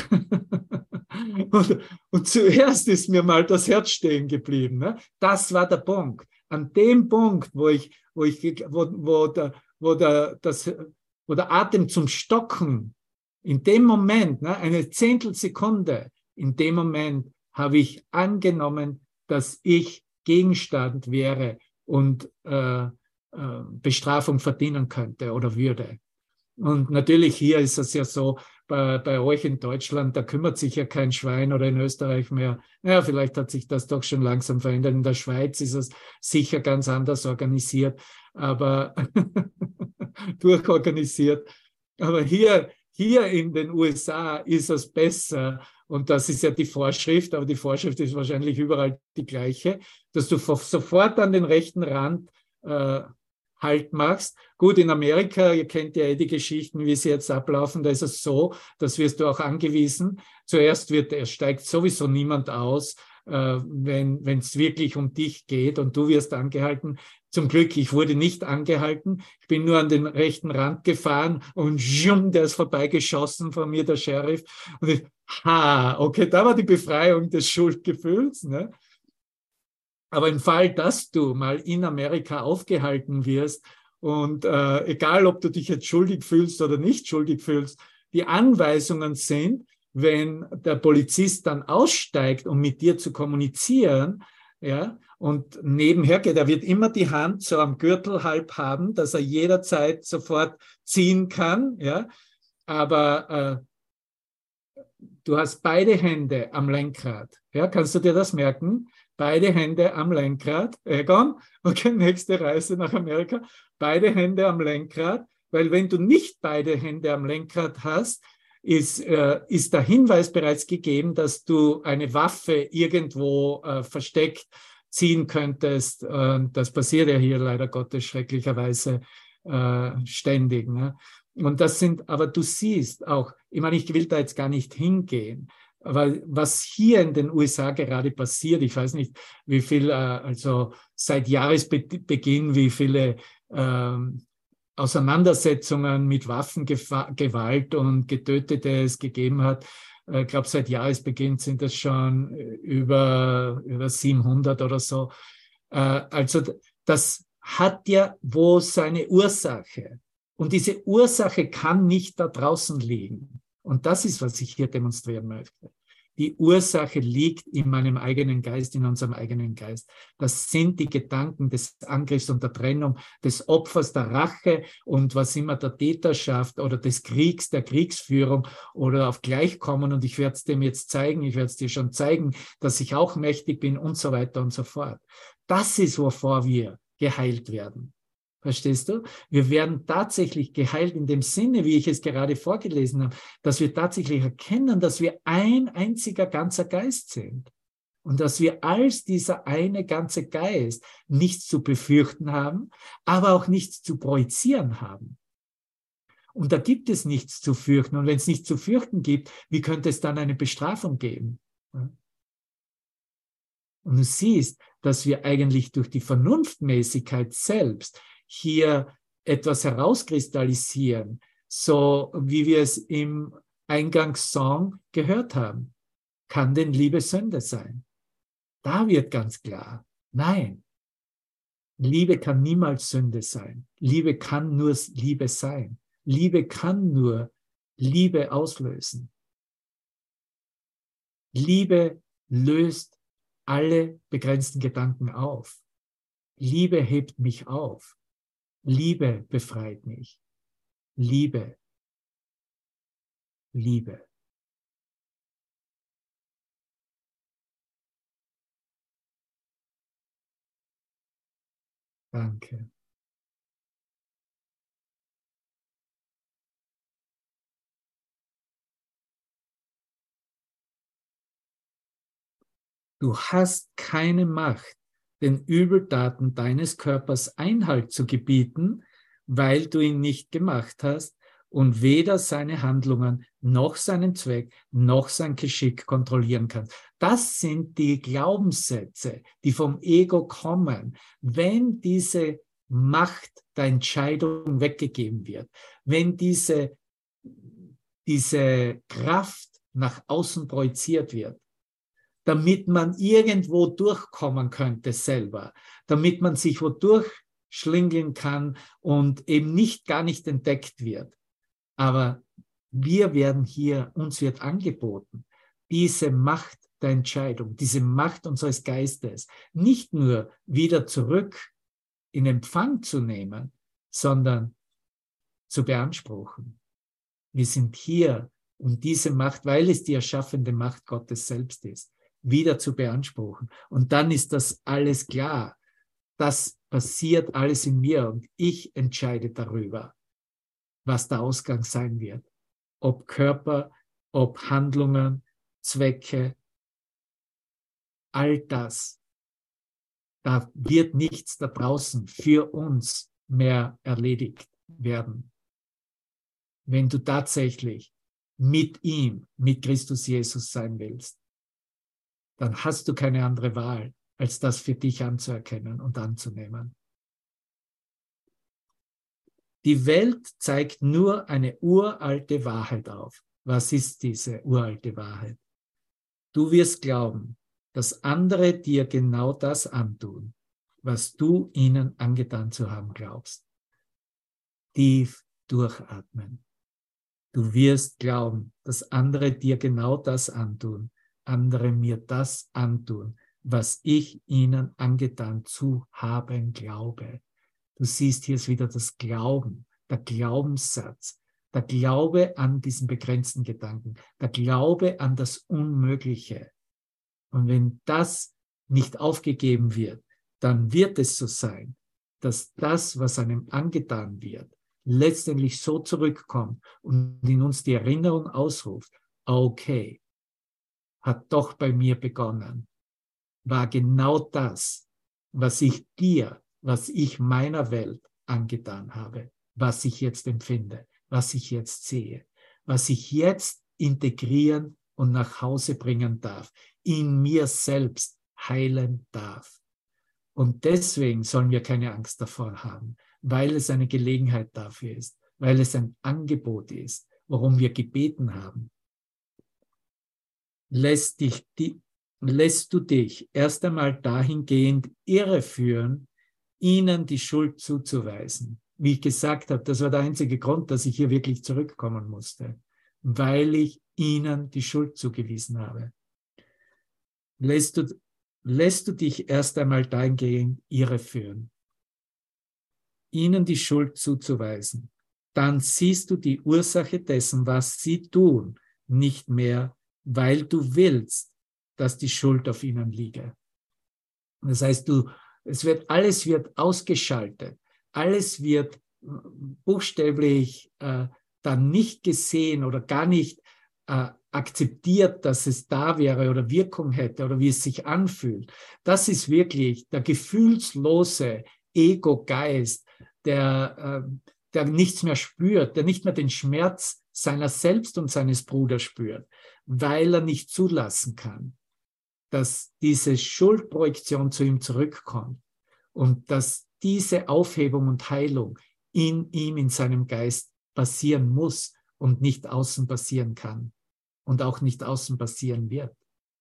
A: und, und zuerst ist mir mal das Herz stehen geblieben. Ne? Das war der Punkt. An dem Punkt, wo ich, wo ich, wo, wo der, wo der, das, wo der Atem zum Stocken, in dem Moment, ne, eine Zehntelsekunde, in dem Moment habe ich angenommen, dass ich Gegenstand wäre und äh, äh, Bestrafung verdienen könnte oder würde. Und natürlich hier ist es ja so, bei, bei euch in Deutschland, da kümmert sich ja kein Schwein, oder in Österreich mehr. Naja, vielleicht hat sich das doch schon langsam verändert. In der Schweiz ist es sicher ganz anders organisiert, aber durchorganisiert. Aber hier, hier in den U S A ist es besser. Und das ist ja die Vorschrift, aber die Vorschrift ist wahrscheinlich überall die gleiche, dass du sofort an den rechten Rand äh, Halt machst. Gut, in Amerika, ihr kennt ja eh die Geschichten, wie sie jetzt ablaufen, da ist es so, das wirst du auch angewiesen. Zuerst wird, er steigt sowieso niemand aus, äh, wenn wenn es wirklich um dich geht und du wirst angehalten. Zum Glück, ich wurde nicht angehalten. Ich bin nur an den rechten Rand gefahren und schum, der ist vorbeigeschossen von mir, der Sheriff. Und ich, ha, okay, da war die Befreiung des Schuldgefühls, ne? Aber im Fall, dass du mal in Amerika aufgehalten wirst und äh, egal, ob du dich jetzt schuldig fühlst oder nicht schuldig fühlst, die Anweisungen sind, wenn der Polizist dann aussteigt, um mit dir zu kommunizieren, ja, und nebenher geht, er wird immer die Hand so am Gürtel halb haben, dass er jederzeit sofort ziehen kann, ja, aber äh, du hast beide Hände am Lenkrad, ja, kannst du dir das merken? Beide Hände am Lenkrad, Egon, okay, nächste Reise nach Amerika, beide Hände am Lenkrad, weil wenn du nicht beide Hände am Lenkrad hast, ist, äh, ist der Hinweis bereits gegeben, dass du eine Waffe irgendwo äh, versteckt ziehen könntest. Und das passiert ja hier leider Gottes schrecklicherweise äh, ständig. Ne? Und das sind, aber du siehst auch, ich meine, ich will da jetzt gar nicht hingehen, weil was hier in den U S A gerade passiert, ich weiß nicht, wie viel, äh, also seit Jahresbeginn, wie viele ähm, Auseinandersetzungen mit Waffengewalt und Getötete es gegeben hat. Ich glaube, seit Jahresbeginn sind es schon über, über siebenhundert oder so. Also das hat ja wo seine Ursache. Und diese Ursache kann nicht da draußen liegen. Und das ist, was ich hier demonstrieren möchte. Die Ursache liegt in meinem eigenen Geist, in unserem eigenen Geist. Das sind die Gedanken des Angriffs und der Trennung, des Opfers, der Rache und was immer der Täterschaft oder des Kriegs, der Kriegsführung oder auf Gleichkommen. Und ich werde es dem jetzt zeigen, ich werde es dir schon zeigen, dass ich auch mächtig bin und so weiter und so fort. Das ist, wovor wir geheilt werden. Verstehst du? Wir werden tatsächlich geheilt in dem Sinne, wie ich es gerade vorgelesen habe, dass wir tatsächlich erkennen, dass wir ein einziger ganzer Geist sind und dass wir als dieser eine ganze Geist nichts zu befürchten haben, aber auch nichts zu projizieren haben. Und da gibt es nichts zu fürchten. Und wenn es nichts zu fürchten gibt, wie könnte es dann eine Bestrafung geben? Und du siehst, dass wir eigentlich durch die Vernunftmäßigkeit selbst hier etwas herauskristallisieren, so wie wir es im Eingangssong gehört haben. Kann denn Liebe Sünde sein? Da wird ganz klar, nein, Liebe kann niemals Sünde sein. Liebe kann nur Liebe sein. Liebe kann nur Liebe auslösen. Liebe löst alle begrenzten Gedanken auf. Liebe hebt mich auf. Liebe befreit mich. Liebe. Liebe. Danke. Du hast keine Macht, den Übeltaten deines Körpers Einhalt zu gebieten, weil du ihn nicht gemacht hast und weder seine Handlungen noch seinen Zweck noch sein Geschick kontrollieren kannst. Das sind die Glaubenssätze, die vom Ego kommen. Wenn diese Macht der Entscheidung weggegeben wird, wenn diese, diese Kraft nach außen projiziert wird, damit man irgendwo durchkommen könnte selber, damit man sich wo durchschlingeln kann und eben nicht gar nicht entdeckt wird. Aber wir werden hier, uns wird angeboten, diese Macht der Entscheidung, diese Macht unseres Geistes nicht nur wieder zurück in Empfang zu nehmen, sondern zu beanspruchen. Wir sind hier, um diese Macht, weil es die erschaffende Macht Gottes selbst ist, wieder zu beanspruchen. Und dann ist das alles klar. Das passiert alles in mir und ich entscheide darüber, was der Ausgang sein wird. Ob Körper, ob Handlungen, Zwecke, all das. Da wird nichts da draußen für uns mehr erledigt werden. Wenn du tatsächlich mit ihm, mit Christus Jesus sein willst, dann hast du keine andere Wahl, als das für dich anzuerkennen und anzunehmen. Die Welt zeigt nur eine uralte Wahrheit auf. Was ist diese uralte Wahrheit? Du wirst glauben, dass andere dir genau das antun, was du ihnen angetan zu haben glaubst. Tief durchatmen. Du wirst glauben, dass andere dir genau das antun, andere mir das antun, was ich ihnen angetan zu haben glaube. Du siehst, hier ist wieder das Glauben, der Glaubenssatz, der Glaube an diesen begrenzten Gedanken, der Glaube an das Unmögliche. Und wenn das nicht aufgegeben wird, dann wird es so sein, dass das, was einem angetan wird, letztendlich so zurückkommt und in uns die Erinnerung ausruft, okay, hat doch bei mir begonnen, war genau das, was ich dir, was ich meiner Welt angetan habe, was ich jetzt empfinde, was ich jetzt sehe, was ich jetzt integrieren und nach Hause bringen darf, in mir selbst heilen darf. Und deswegen sollen wir keine Angst davor haben, weil es eine Gelegenheit dafür ist, weil es ein Angebot ist, worum wir gebeten haben. Lässt, dich, die, lässt du dich erst einmal dahingehend irreführen, ihnen die Schuld zuzuweisen. Wie ich gesagt habe, das war der einzige Grund, dass ich hier wirklich zurückkommen musste, weil ich ihnen die Schuld zugewiesen habe. Lässt du, lässt du dich erst einmal dahingehend irreführen, ihnen die Schuld zuzuweisen, dann siehst du die Ursache dessen, was sie tun, nicht mehr, weil du willst, dass die Schuld auf ihnen liege. Das heißt, du, es wird, alles wird ausgeschaltet, alles wird buchstäblich äh, dann nicht gesehen oder gar nicht äh, akzeptiert, dass es da wäre oder Wirkung hätte oder wie es sich anfühlt. Das ist wirklich der gefühlslose Ego-Geist, der, äh, der nichts mehr spürt, der nicht mehr den Schmerz seiner selbst und seines Bruders spürt, weil er nicht zulassen kann, dass diese Schuldprojektion zu ihm zurückkommt und dass diese Aufhebung und Heilung in ihm, in seinem Geist passieren muss und nicht außen passieren kann und auch nicht außen passieren wird.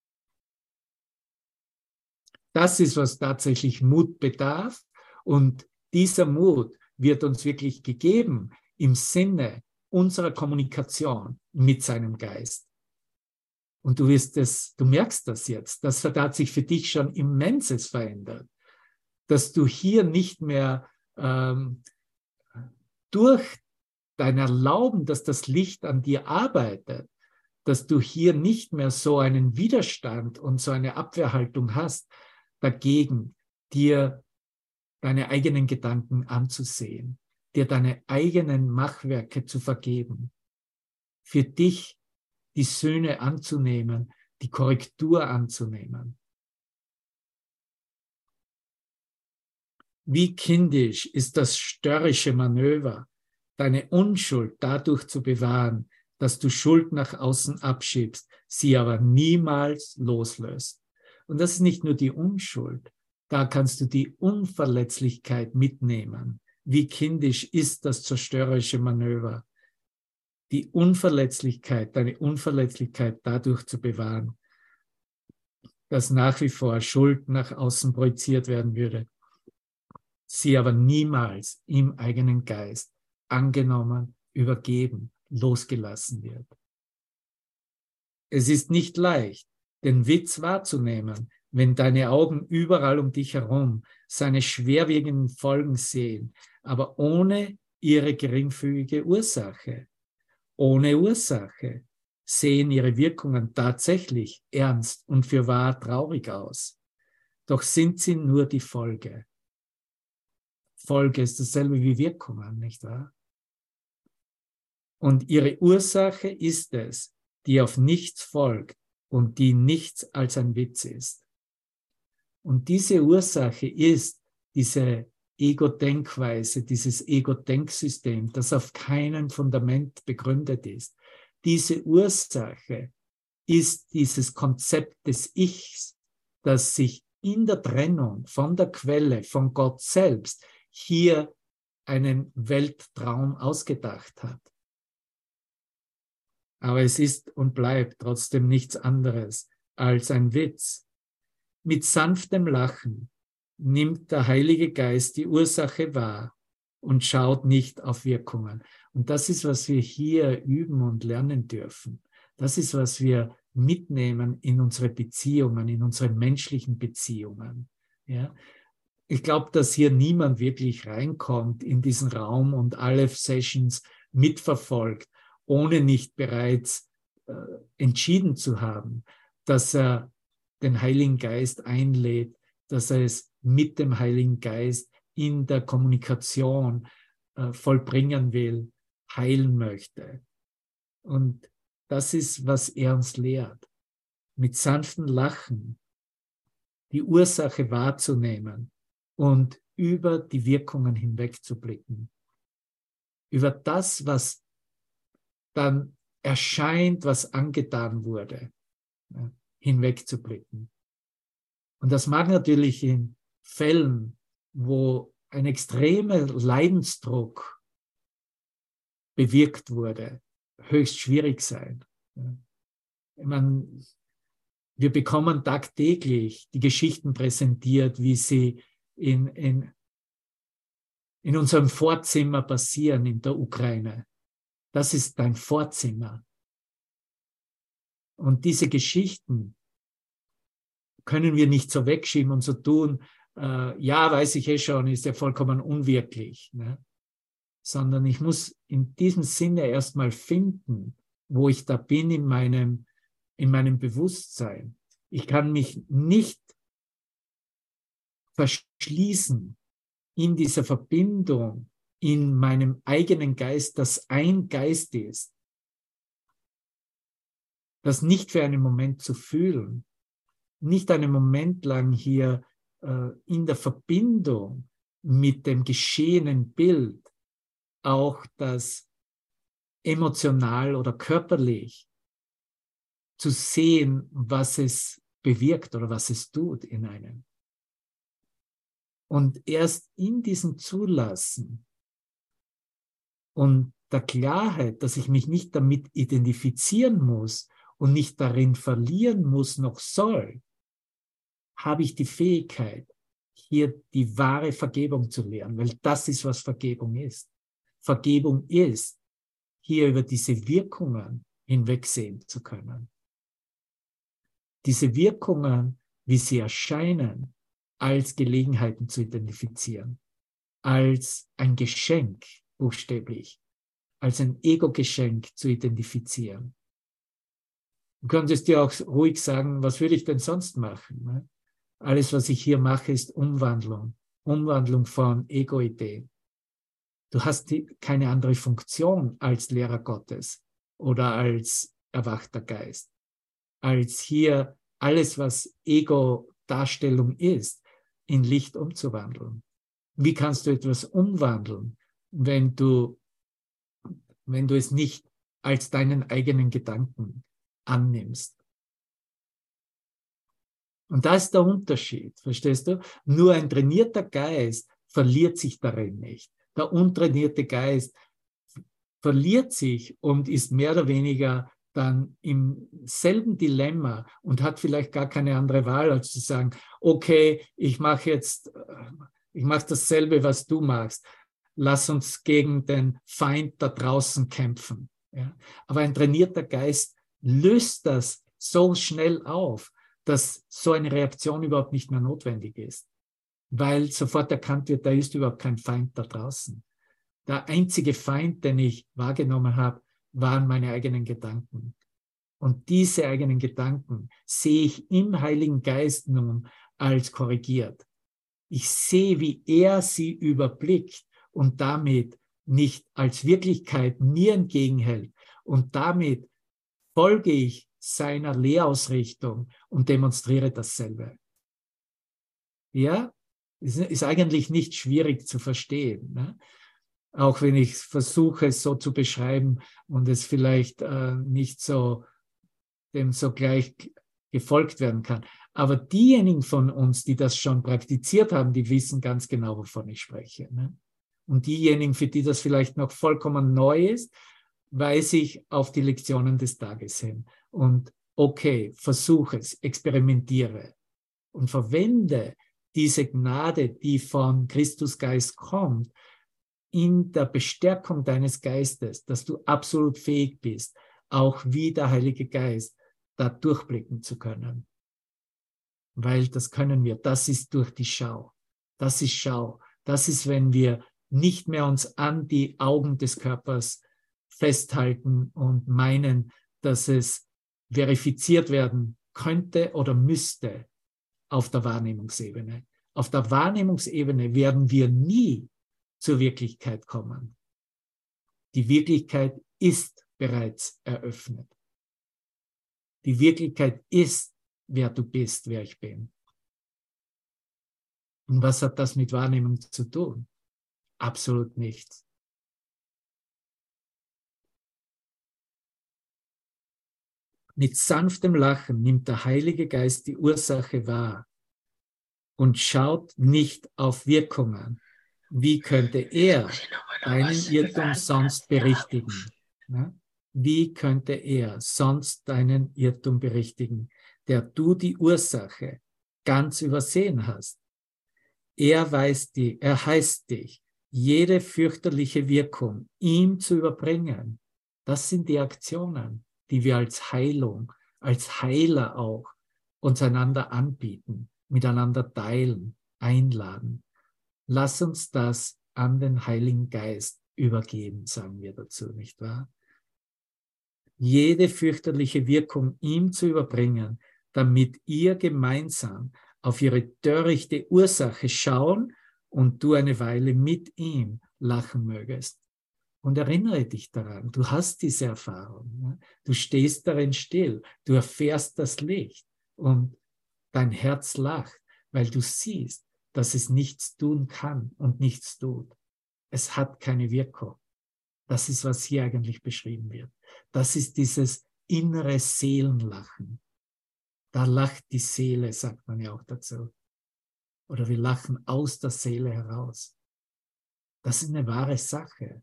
A: Das ist, was tatsächlich Mut bedarf, und dieser Mut wird uns wirklich gegeben im Sinne unserer Kommunikation mit seinem Geist. Und du wirst es, du merkst das jetzt, das hat sich für dich schon Immenses verändert, dass du hier nicht mehr ähm, durch dein Erlauben, dass das Licht an dir arbeitet, dass du hier nicht mehr so einen Widerstand und so eine Abwehrhaltung hast, dagegen dir deine eigenen Gedanken anzusehen, dir deine eigenen Machwerke zu vergeben, für dich die Sühne anzunehmen, die Korrektur anzunehmen. Wie kindisch ist das störrische Manöver, deine Unschuld dadurch zu bewahren, dass du Schuld nach außen abschiebst, sie aber niemals loslöst. Und das ist nicht nur die Unschuld, da kannst du die Unverletzlichkeit mitnehmen. Wie kindisch ist das zerstörerische Manöver, die Unverletzlichkeit, deine Unverletzlichkeit dadurch zu bewahren, dass nach wie vor Schuld nach außen projiziert werden würde, sie aber niemals im eigenen Geist angenommen, übergeben, losgelassen wird. Es ist nicht leicht, den Witz wahrzunehmen, wenn deine Augen überall um dich herum seine schwerwiegenden Folgen sehen, aber ohne ihre geringfügige Ursache. Ohne Ursache sehen ihre Wirkungen tatsächlich ernst und fürwahr traurig aus. Doch sind sie nur die Folge. Folge ist dasselbe wie Wirkungen, nicht wahr? Und ihre Ursache ist es, die auf nichts folgt und die nichts als ein Witz ist. Und diese Ursache ist diese Ego-Denkweise, dieses Ego-Denksystem, das auf keinem Fundament begründet ist. Diese Ursache ist dieses Konzept des Ichs, das sich in der Trennung von der Quelle, von Gott selbst, hier einen Welttraum ausgedacht hat. Aber es ist und bleibt trotzdem nichts anderes als ein Witz. Mit sanftem Lachen nimmt der Heilige Geist die Ursache wahr und schaut nicht auf Wirkungen. Und das ist, was wir hier üben und lernen dürfen. Das ist, was wir mitnehmen in unsere Beziehungen, in unsere menschlichen Beziehungen. Ja? Ich glaube, dass hier niemand wirklich reinkommt in diesen Raum und alle Sessions mitverfolgt, ohne nicht bereits äh, entschieden zu haben, dass er den Heiligen Geist einlädt, dass er es mit dem Heiligen Geist in der Kommunikation äh, vollbringen will, heilen möchte. Und das ist, was er uns lehrt. Mit sanftem Lachen die Ursache wahrzunehmen und über die Wirkungen hinwegzublicken. Über das, was dann erscheint, was angetan wurde, ja, hinwegzublicken. Und das mag natürlich in Fällen, wo ein extremer Leidensdruck bewirkt wurde, höchst schwierig sein. Ja. Ich meine, wir bekommen tagtäglich die Geschichten präsentiert, wie sie in, in, in unserem Vorzimmer passieren in der Ukraine. Das ist dein Vorzimmer. Und diese Geschichten können wir nicht so wegschieben und so tun, äh, ja, weiß ich eh schon, ist ja vollkommen unwirklich. Ne? Sondern ich muss in diesem Sinne erstmal finden, wo ich da bin in meinem, in meinem Bewusstsein. Ich kann mich nicht verschließen in dieser Verbindung, in meinem eigenen Geist, das ein Geist ist, das nicht für einen Moment zu fühlen, nicht einen Moment lang hier äh, in der Verbindung mit dem geschehenen Bild auch das emotional oder körperlich zu sehen, was es bewirkt oder was es tut in einem. Und erst in diesem Zulassen und der Klarheit, dass ich mich nicht damit identifizieren muss und nicht darin verlieren muss noch soll, habe ich die Fähigkeit, hier die wahre Vergebung zu lernen, weil das ist, was Vergebung ist. Vergebung ist, hier über diese Wirkungen hinwegsehen zu können. Diese Wirkungen, wie sie erscheinen, als Gelegenheiten zu identifizieren, als ein Geschenk, buchstäblich, als ein Ego-Geschenk zu identifizieren. Du könntest dir auch ruhig sagen, was würde ich denn sonst machen? Ne? Alles, was ich hier mache, ist Umwandlung. Umwandlung von Ego-Ideen. Du hast die, keine andere Funktion als Lehrer Gottes oder als erwachter Geist, als hier alles, was Ego-Darstellung ist, in Licht umzuwandeln. Wie kannst du etwas umwandeln, wenn du, wenn du es nicht als deinen eigenen Gedanken annimmst? Und da ist der Unterschied, verstehst du? Nur ein trainierter Geist verliert sich darin nicht. Der untrainierte Geist verliert sich und ist mehr oder weniger dann im selben Dilemma und hat vielleicht gar keine andere Wahl, als zu sagen, okay, ich mache jetzt, ich mache dasselbe, was du machst. Lass uns gegen den Feind da draußen kämpfen. Ja? Aber ein trainierter Geist löst das so schnell auf, dass so eine Reaktion überhaupt nicht mehr notwendig ist, weil sofort erkannt wird, da ist überhaupt kein Feind da draußen. Der einzige Feind, den ich wahrgenommen habe, waren meine eigenen Gedanken. Und diese eigenen Gedanken sehe ich im Heiligen Geist nun als korrigiert. Ich sehe, wie er sie überblickt und damit nicht als Wirklichkeit mir entgegenhält. Und damit folge ich seiner Lehrausrichtung und demonstriere dasselbe. Ja, ist, ist eigentlich nicht schwierig zu verstehen, ne? Auch wenn ich versuche, es so zu beschreiben und es vielleicht äh, nicht so dem so gleich gefolgt werden kann. Aber diejenigen von uns, die das schon praktiziert haben, die wissen ganz genau, wovon ich spreche, ne? Und diejenigen, für die das vielleicht noch vollkommen neu ist, weise ich auf die Lektionen des Tages hin. Und okay, versuche es, experimentiere und verwende diese Gnade, die von Christusgeist kommt, in der Bestärkung deines Geistes, dass du absolut fähig bist, auch wie der Heilige Geist, da durchblicken zu können. Weil das können wir. Das ist durch die Schau. Das ist Schau. Das ist, wenn wir nicht mehr uns an die Augen des Körpers festhalten und meinen, dass es verifiziert werden könnte oder müsste auf der Wahrnehmungsebene. Auf der Wahrnehmungsebene werden wir nie zur Wirklichkeit kommen. Die Wirklichkeit ist bereits eröffnet. Die Wirklichkeit ist, wer du bist, wer ich bin. Und was hat das mit Wahrnehmung zu tun? Absolut nichts. Mit sanftem Lachen nimmt der Heilige Geist die Ursache wahr und schaut nicht auf Wirkungen. Wie könnte er deinen Irrtum sonst berichtigen? Wie könnte er sonst deinen Irrtum berichtigen, der du die Ursache ganz übersehen hast? Er weiß die, er heißt dich, jede fürchterliche Wirkung ihm zu überbringen. Das sind die Aktionen, die wir als Heilung, als Heiler auch uns einander anbieten, miteinander teilen, einladen. Lass uns das an den Heiligen Geist übergeben, sagen wir dazu, nicht wahr? Jede fürchterliche Wirkung ihm zu überbringen, damit ihr gemeinsam auf ihre törichte Ursache schauen und du eine Weile mit ihm lachen mögest. Und erinnere dich daran, du hast diese Erfahrung. Ne? Du stehst darin still, du erfährst das Licht und dein Herz lacht, weil du siehst, dass es nichts tun kann und nichts tut. Es hat keine Wirkung. Das ist, was hier eigentlich beschrieben wird. Das ist dieses innere Seelenlachen. Da lacht die Seele, sagt man ja auch dazu. Oder wir lachen aus der Seele heraus. Das ist eine wahre Sache.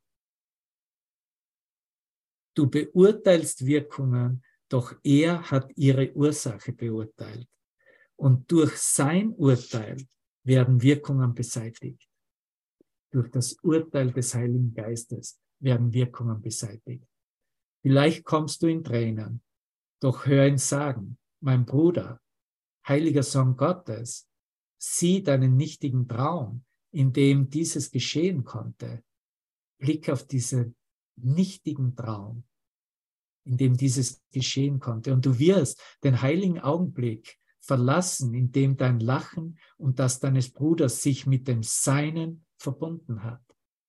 A: Du beurteilst Wirkungen, doch er hat ihre Ursache beurteilt. Und durch sein Urteil werden Wirkungen beseitigt. Durch das Urteil des Heiligen Geistes werden Wirkungen beseitigt. Vielleicht kommst du in Tränen, doch hör ihn sagen, mein Bruder, heiliger Sohn Gottes, sieh deinen nichtigen Traum, in dem dieses geschehen konnte. Blick auf diesen nichtigen Traum, in dem dieses geschehen konnte. Und du wirst den heiligen Augenblick verlassen, in dem dein Lachen und das deines Bruders sich mit dem Seinen verbunden hat.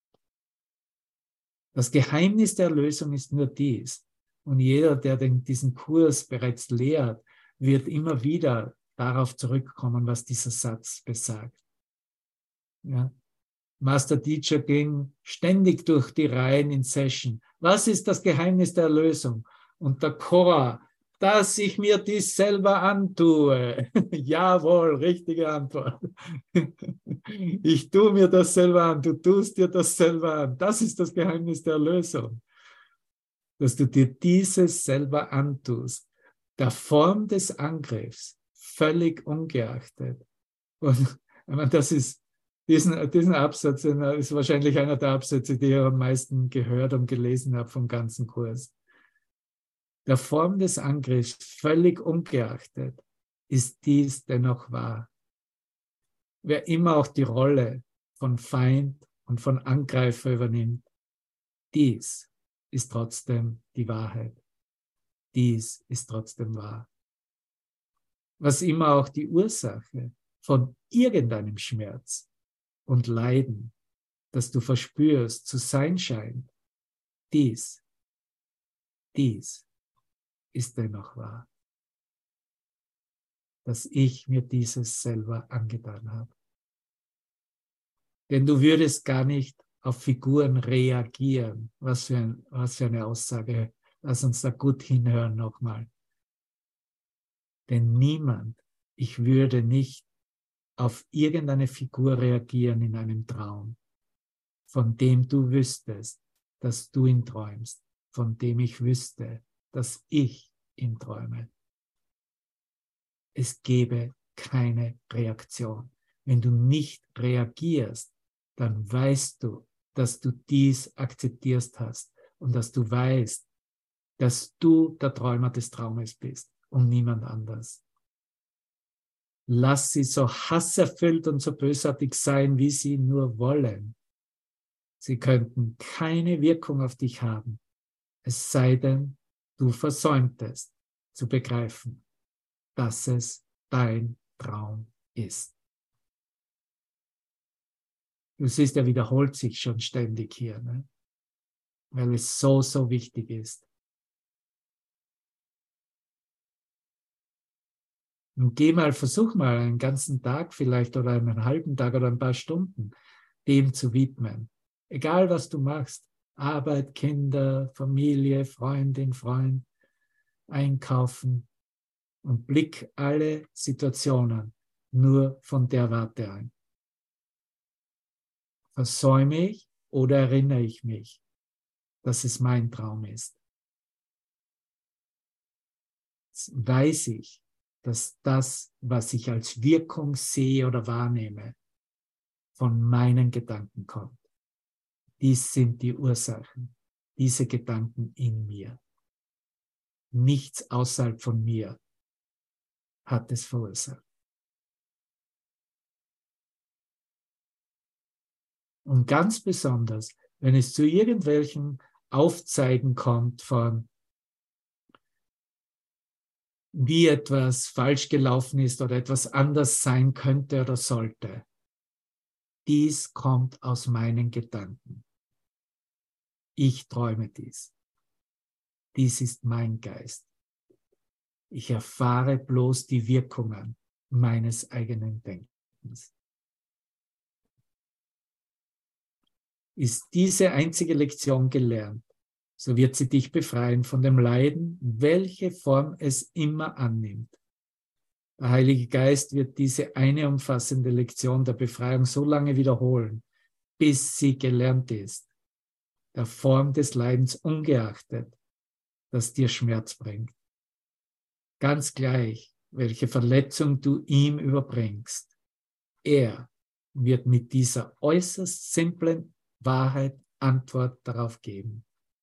A: Das Geheimnis der Erlösung ist nur dies. Und jeder, der den, diesen Kurs bereits lehrt, wird immer wieder darauf zurückkommen, was dieser Satz besagt. Ja. Master Teacher ging ständig durch die Reihen in Session. Was ist das Geheimnis der Erlösung? Und der Chor, dass ich mir dies selber antue. Jawohl, richtige Antwort. Ich tue mir das selber an, du tust dir das selber an. Das ist das Geheimnis der Erlösung. Dass du dir dieses selber antust. Der Form des Angriffs, völlig ungeachtet. Und ich meine, das ist, diesen, diesen Absatz ist wahrscheinlich einer der Absätze, die ich am meisten gehört und gelesen habe vom ganzen Kurs. Der Form des Angriffs, völlig ungeachtet, ist dies dennoch wahr. Wer immer auch die Rolle von Feind und von Angreifer übernimmt, dies ist trotzdem die Wahrheit. Dies ist trotzdem wahr. Was immer auch die Ursache von irgendeinem Schmerz und Leiden, das du verspürst, zu sein scheint, dies, dies ist dennoch wahr. Dass ich mir dieses selber angetan habe. Denn du würdest gar nicht auf Figuren reagieren. Was für, ein, was für eine Aussage. Lass uns da gut hinhören nochmal. Denn niemand, ich würde nicht auf irgendeine Figur reagieren in einem Traum, von dem du wüsstest, dass du ihn träumst, von dem ich wüsste, dass ich ihn träume. Es gäbe keine Reaktion. Wenn du nicht reagierst, dann weißt du, dass du dies akzeptierst hast und dass du weißt, dass du der Träumer des Traumes bist und niemand anders. Lass sie so hasserfüllt und so bösartig sein, wie sie nur wollen. Sie könnten keine Wirkung auf dich haben, es sei denn, du versäumtest zu begreifen, dass es dein Traum ist. Du siehst, er wiederholt sich schon ständig hier, ne? Weil es so, so wichtig ist. Und geh mal, versuch mal einen ganzen Tag vielleicht oder einen halben Tag oder ein paar Stunden dem zu widmen. Egal, was du machst. Arbeit, Kinder, Familie, Freundin, Freund, einkaufen und blick alle Situationen nur von der Warte ein. Versäume ich oder erinnere ich mich, dass es mein Traum ist? Jetzt weiß ich, dass das, was ich als Wirkung sehe oder wahrnehme, von meinen Gedanken kommt. Dies sind die Ursachen, diese Gedanken in mir. Nichts außerhalb von mir hat es verursacht. Und ganz besonders, wenn es zu irgendwelchen Aufzeigen kommt von, wie etwas falsch gelaufen ist oder etwas anders sein könnte oder sollte. Dies kommt aus meinen Gedanken. Ich träume dies. Dies ist mein Geist. Ich erfahre bloß die Wirkungen meines eigenen Denkens. Ist diese einzige Lektion gelernt, so wird sie dich befreien von dem Leiden, welche Form es immer annimmt. Der Heilige Geist wird diese eine umfassende Lektion der Befreiung so lange wiederholen, bis sie gelernt ist, der Form des Leidens ungeachtet, das dir Schmerz bringt. Ganz gleich, welche Verletzung du ihm überbringst, er wird mit dieser äußerst simplen Wahrheit Antwort darauf geben.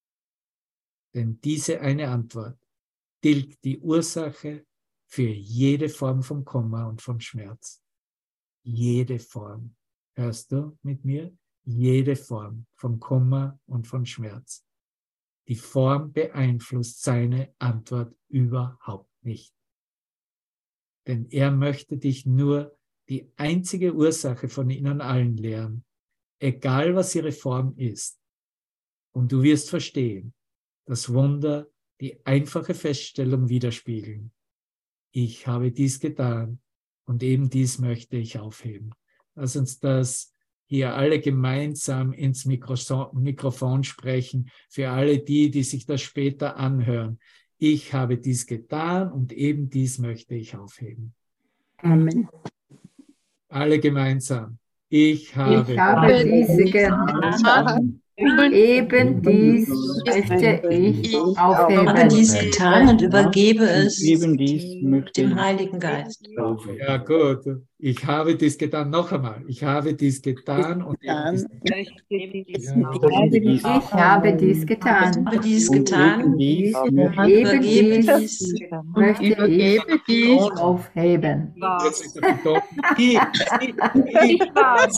A: Denn diese eine Antwort tilgt die Ursache für jede Form von Kummer und von Schmerz. Jede Form. Hörst du mit mir? Jede Form von Kummer und von Schmerz. Die Form beeinflusst seine Antwort überhaupt nicht. Denn er möchte dich nur die einzige Ursache von ihnen allen lehren, egal was ihre Form ist. Und du wirst verstehen, dass Wunder die einfache Feststellung widerspiegeln. Ich habe dies getan und eben dies möchte ich aufheben. Lass uns das hier alle gemeinsam ins Mikro- Mikrofon sprechen, für alle die, die sich das später anhören. Ich habe dies getan und eben dies möchte ich aufheben.
B: Amen.
A: Alle gemeinsam. Ich habe,
C: Ich habe diese getan. Eben dies möchte ich
D: Ich
C: aufheben.
D: habe dies getan und übergebe es
E: Eben dies möchte
D: dem
E: ich
D: Heiligen Geist.
E: aufheben.
A: ja gut, ich habe dies getan, noch einmal. Ich habe dies getan und eben dies.
C: Ich habe dies
D: Ich
C: getan.
D: habe dies
E: Und
D: getan
E: eben dies
D: und
E: möchte
C: Eben
D: übergebe
C: dies
D: dies.
C: möchte ich
B: Übergebe dies.
C: aufheben.
A: Jetzt ist der Beton. Ich, ich,
F: Ich war's.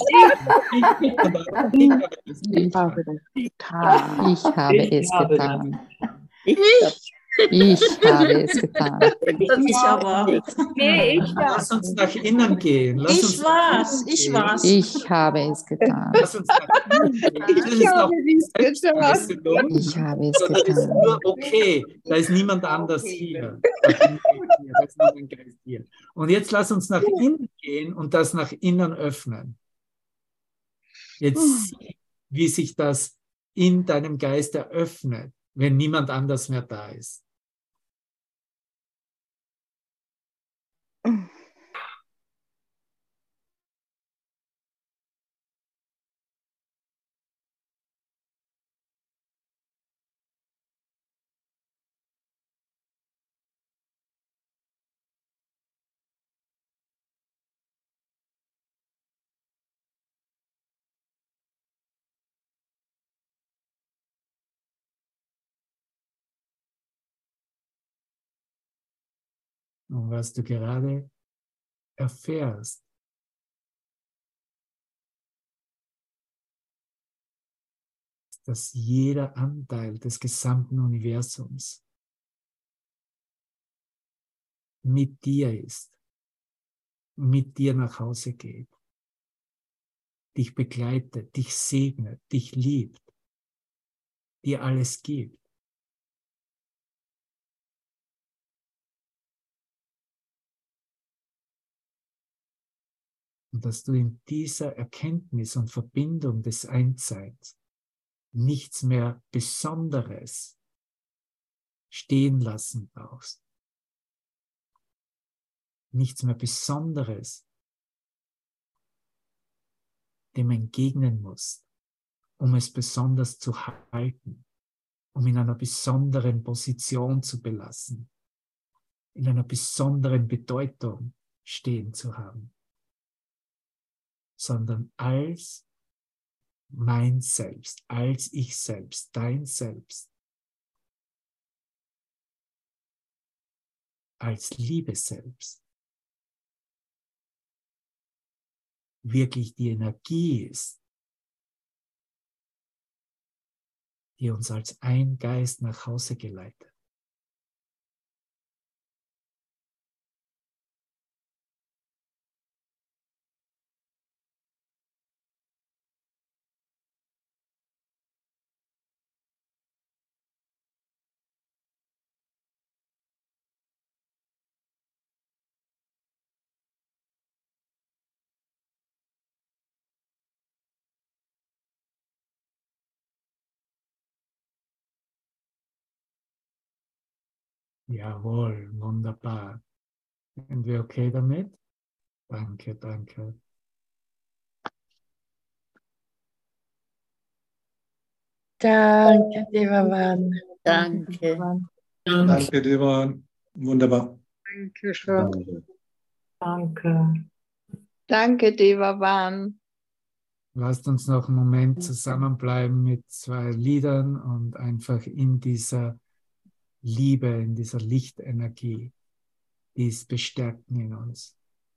A: ich habe das getan.
G: Ich habe es getan.
B: Ich,
G: Ich habe es getan.
D: Ich aber.
F: Nee, ich war's.
A: Lass uns nach innen gehen. Lass
D: Ich
A: uns
D: war's.
A: nach
D: Ich
A: innen gehen.
D: war's.
G: Ich habe es getan.
A: Lass uns nach innen gehen. Das ist noch Selbstverletzung,
G: Ich habe es
A: sondern das ist
G: getan.
A: nur okay. Da ist niemand anders hier. Da bin ich hier. Da ist nur mein Geist hier. Und jetzt lass uns nach innen gehen und das nach innen öffnen. Jetzt sieh, wie sich das in deinem Geist eröffnet, wenn niemand anders mehr da ist. Und was du gerade erfährst, ist, dass jeder Anteil des gesamten Universums mit dir ist, mit dir nach Hause geht, dich begleitet, dich segnet, dich liebt, dir alles gibt. Und dass du in dieser Erkenntnis und Verbindung des Einsseins nichts mehr Besonderes stehen lassen brauchst. Nichts mehr Besonderes dem entgegnen musst, um es besonders zu halten, um in einer besonderen Position zu belassen, in einer besonderen Bedeutung stehen zu haben, sondern als mein Selbst, als ich selbst, dein Selbst, als Liebe selbst, wirklich die Energie ist, die uns als ein Geist nach Hause geleitet. Jawohl, wunderbar. Sind wir okay damit? Danke, danke.
B: Danke, Devavan.
E: Danke.
H: Danke, Devavan. Wunderbar.
B: Danke schön.
F: Danke.
E: Danke, Devavan.
A: Lasst uns noch einen Moment zusammenbleiben mit zwei Liedern und einfach in dieser Liebe, in dieser Lichtenergie, dies bestärken in uns.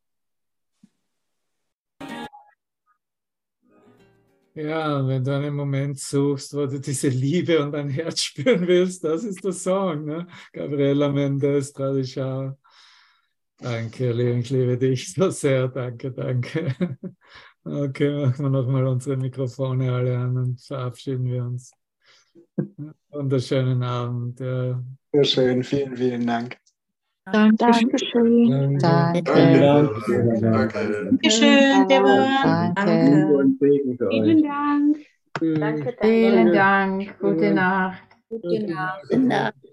A: Ja, wenn du einen Moment suchst, wo du diese Liebe und dein Herz spüren willst, das ist der Song, ne? Gabriela Mendes, Tradischau. Danke, Leon, ich liebe dich so sehr. Danke, danke. Okay, machen wir nochmal unsere Mikrofone alle an und verabschieden wir uns. Wunderschönen Abend. Ja.
H: Sehr schön, vielen, vielen Dank.
F: Dankeschön.
G: Danke.
H: Danke.
D: Dankeschön, Devavan.
G: Danke.
F: Vielen Dank.
B: Danke,
C: Vielen Dank. Gute Nacht.
E: Gute Nacht.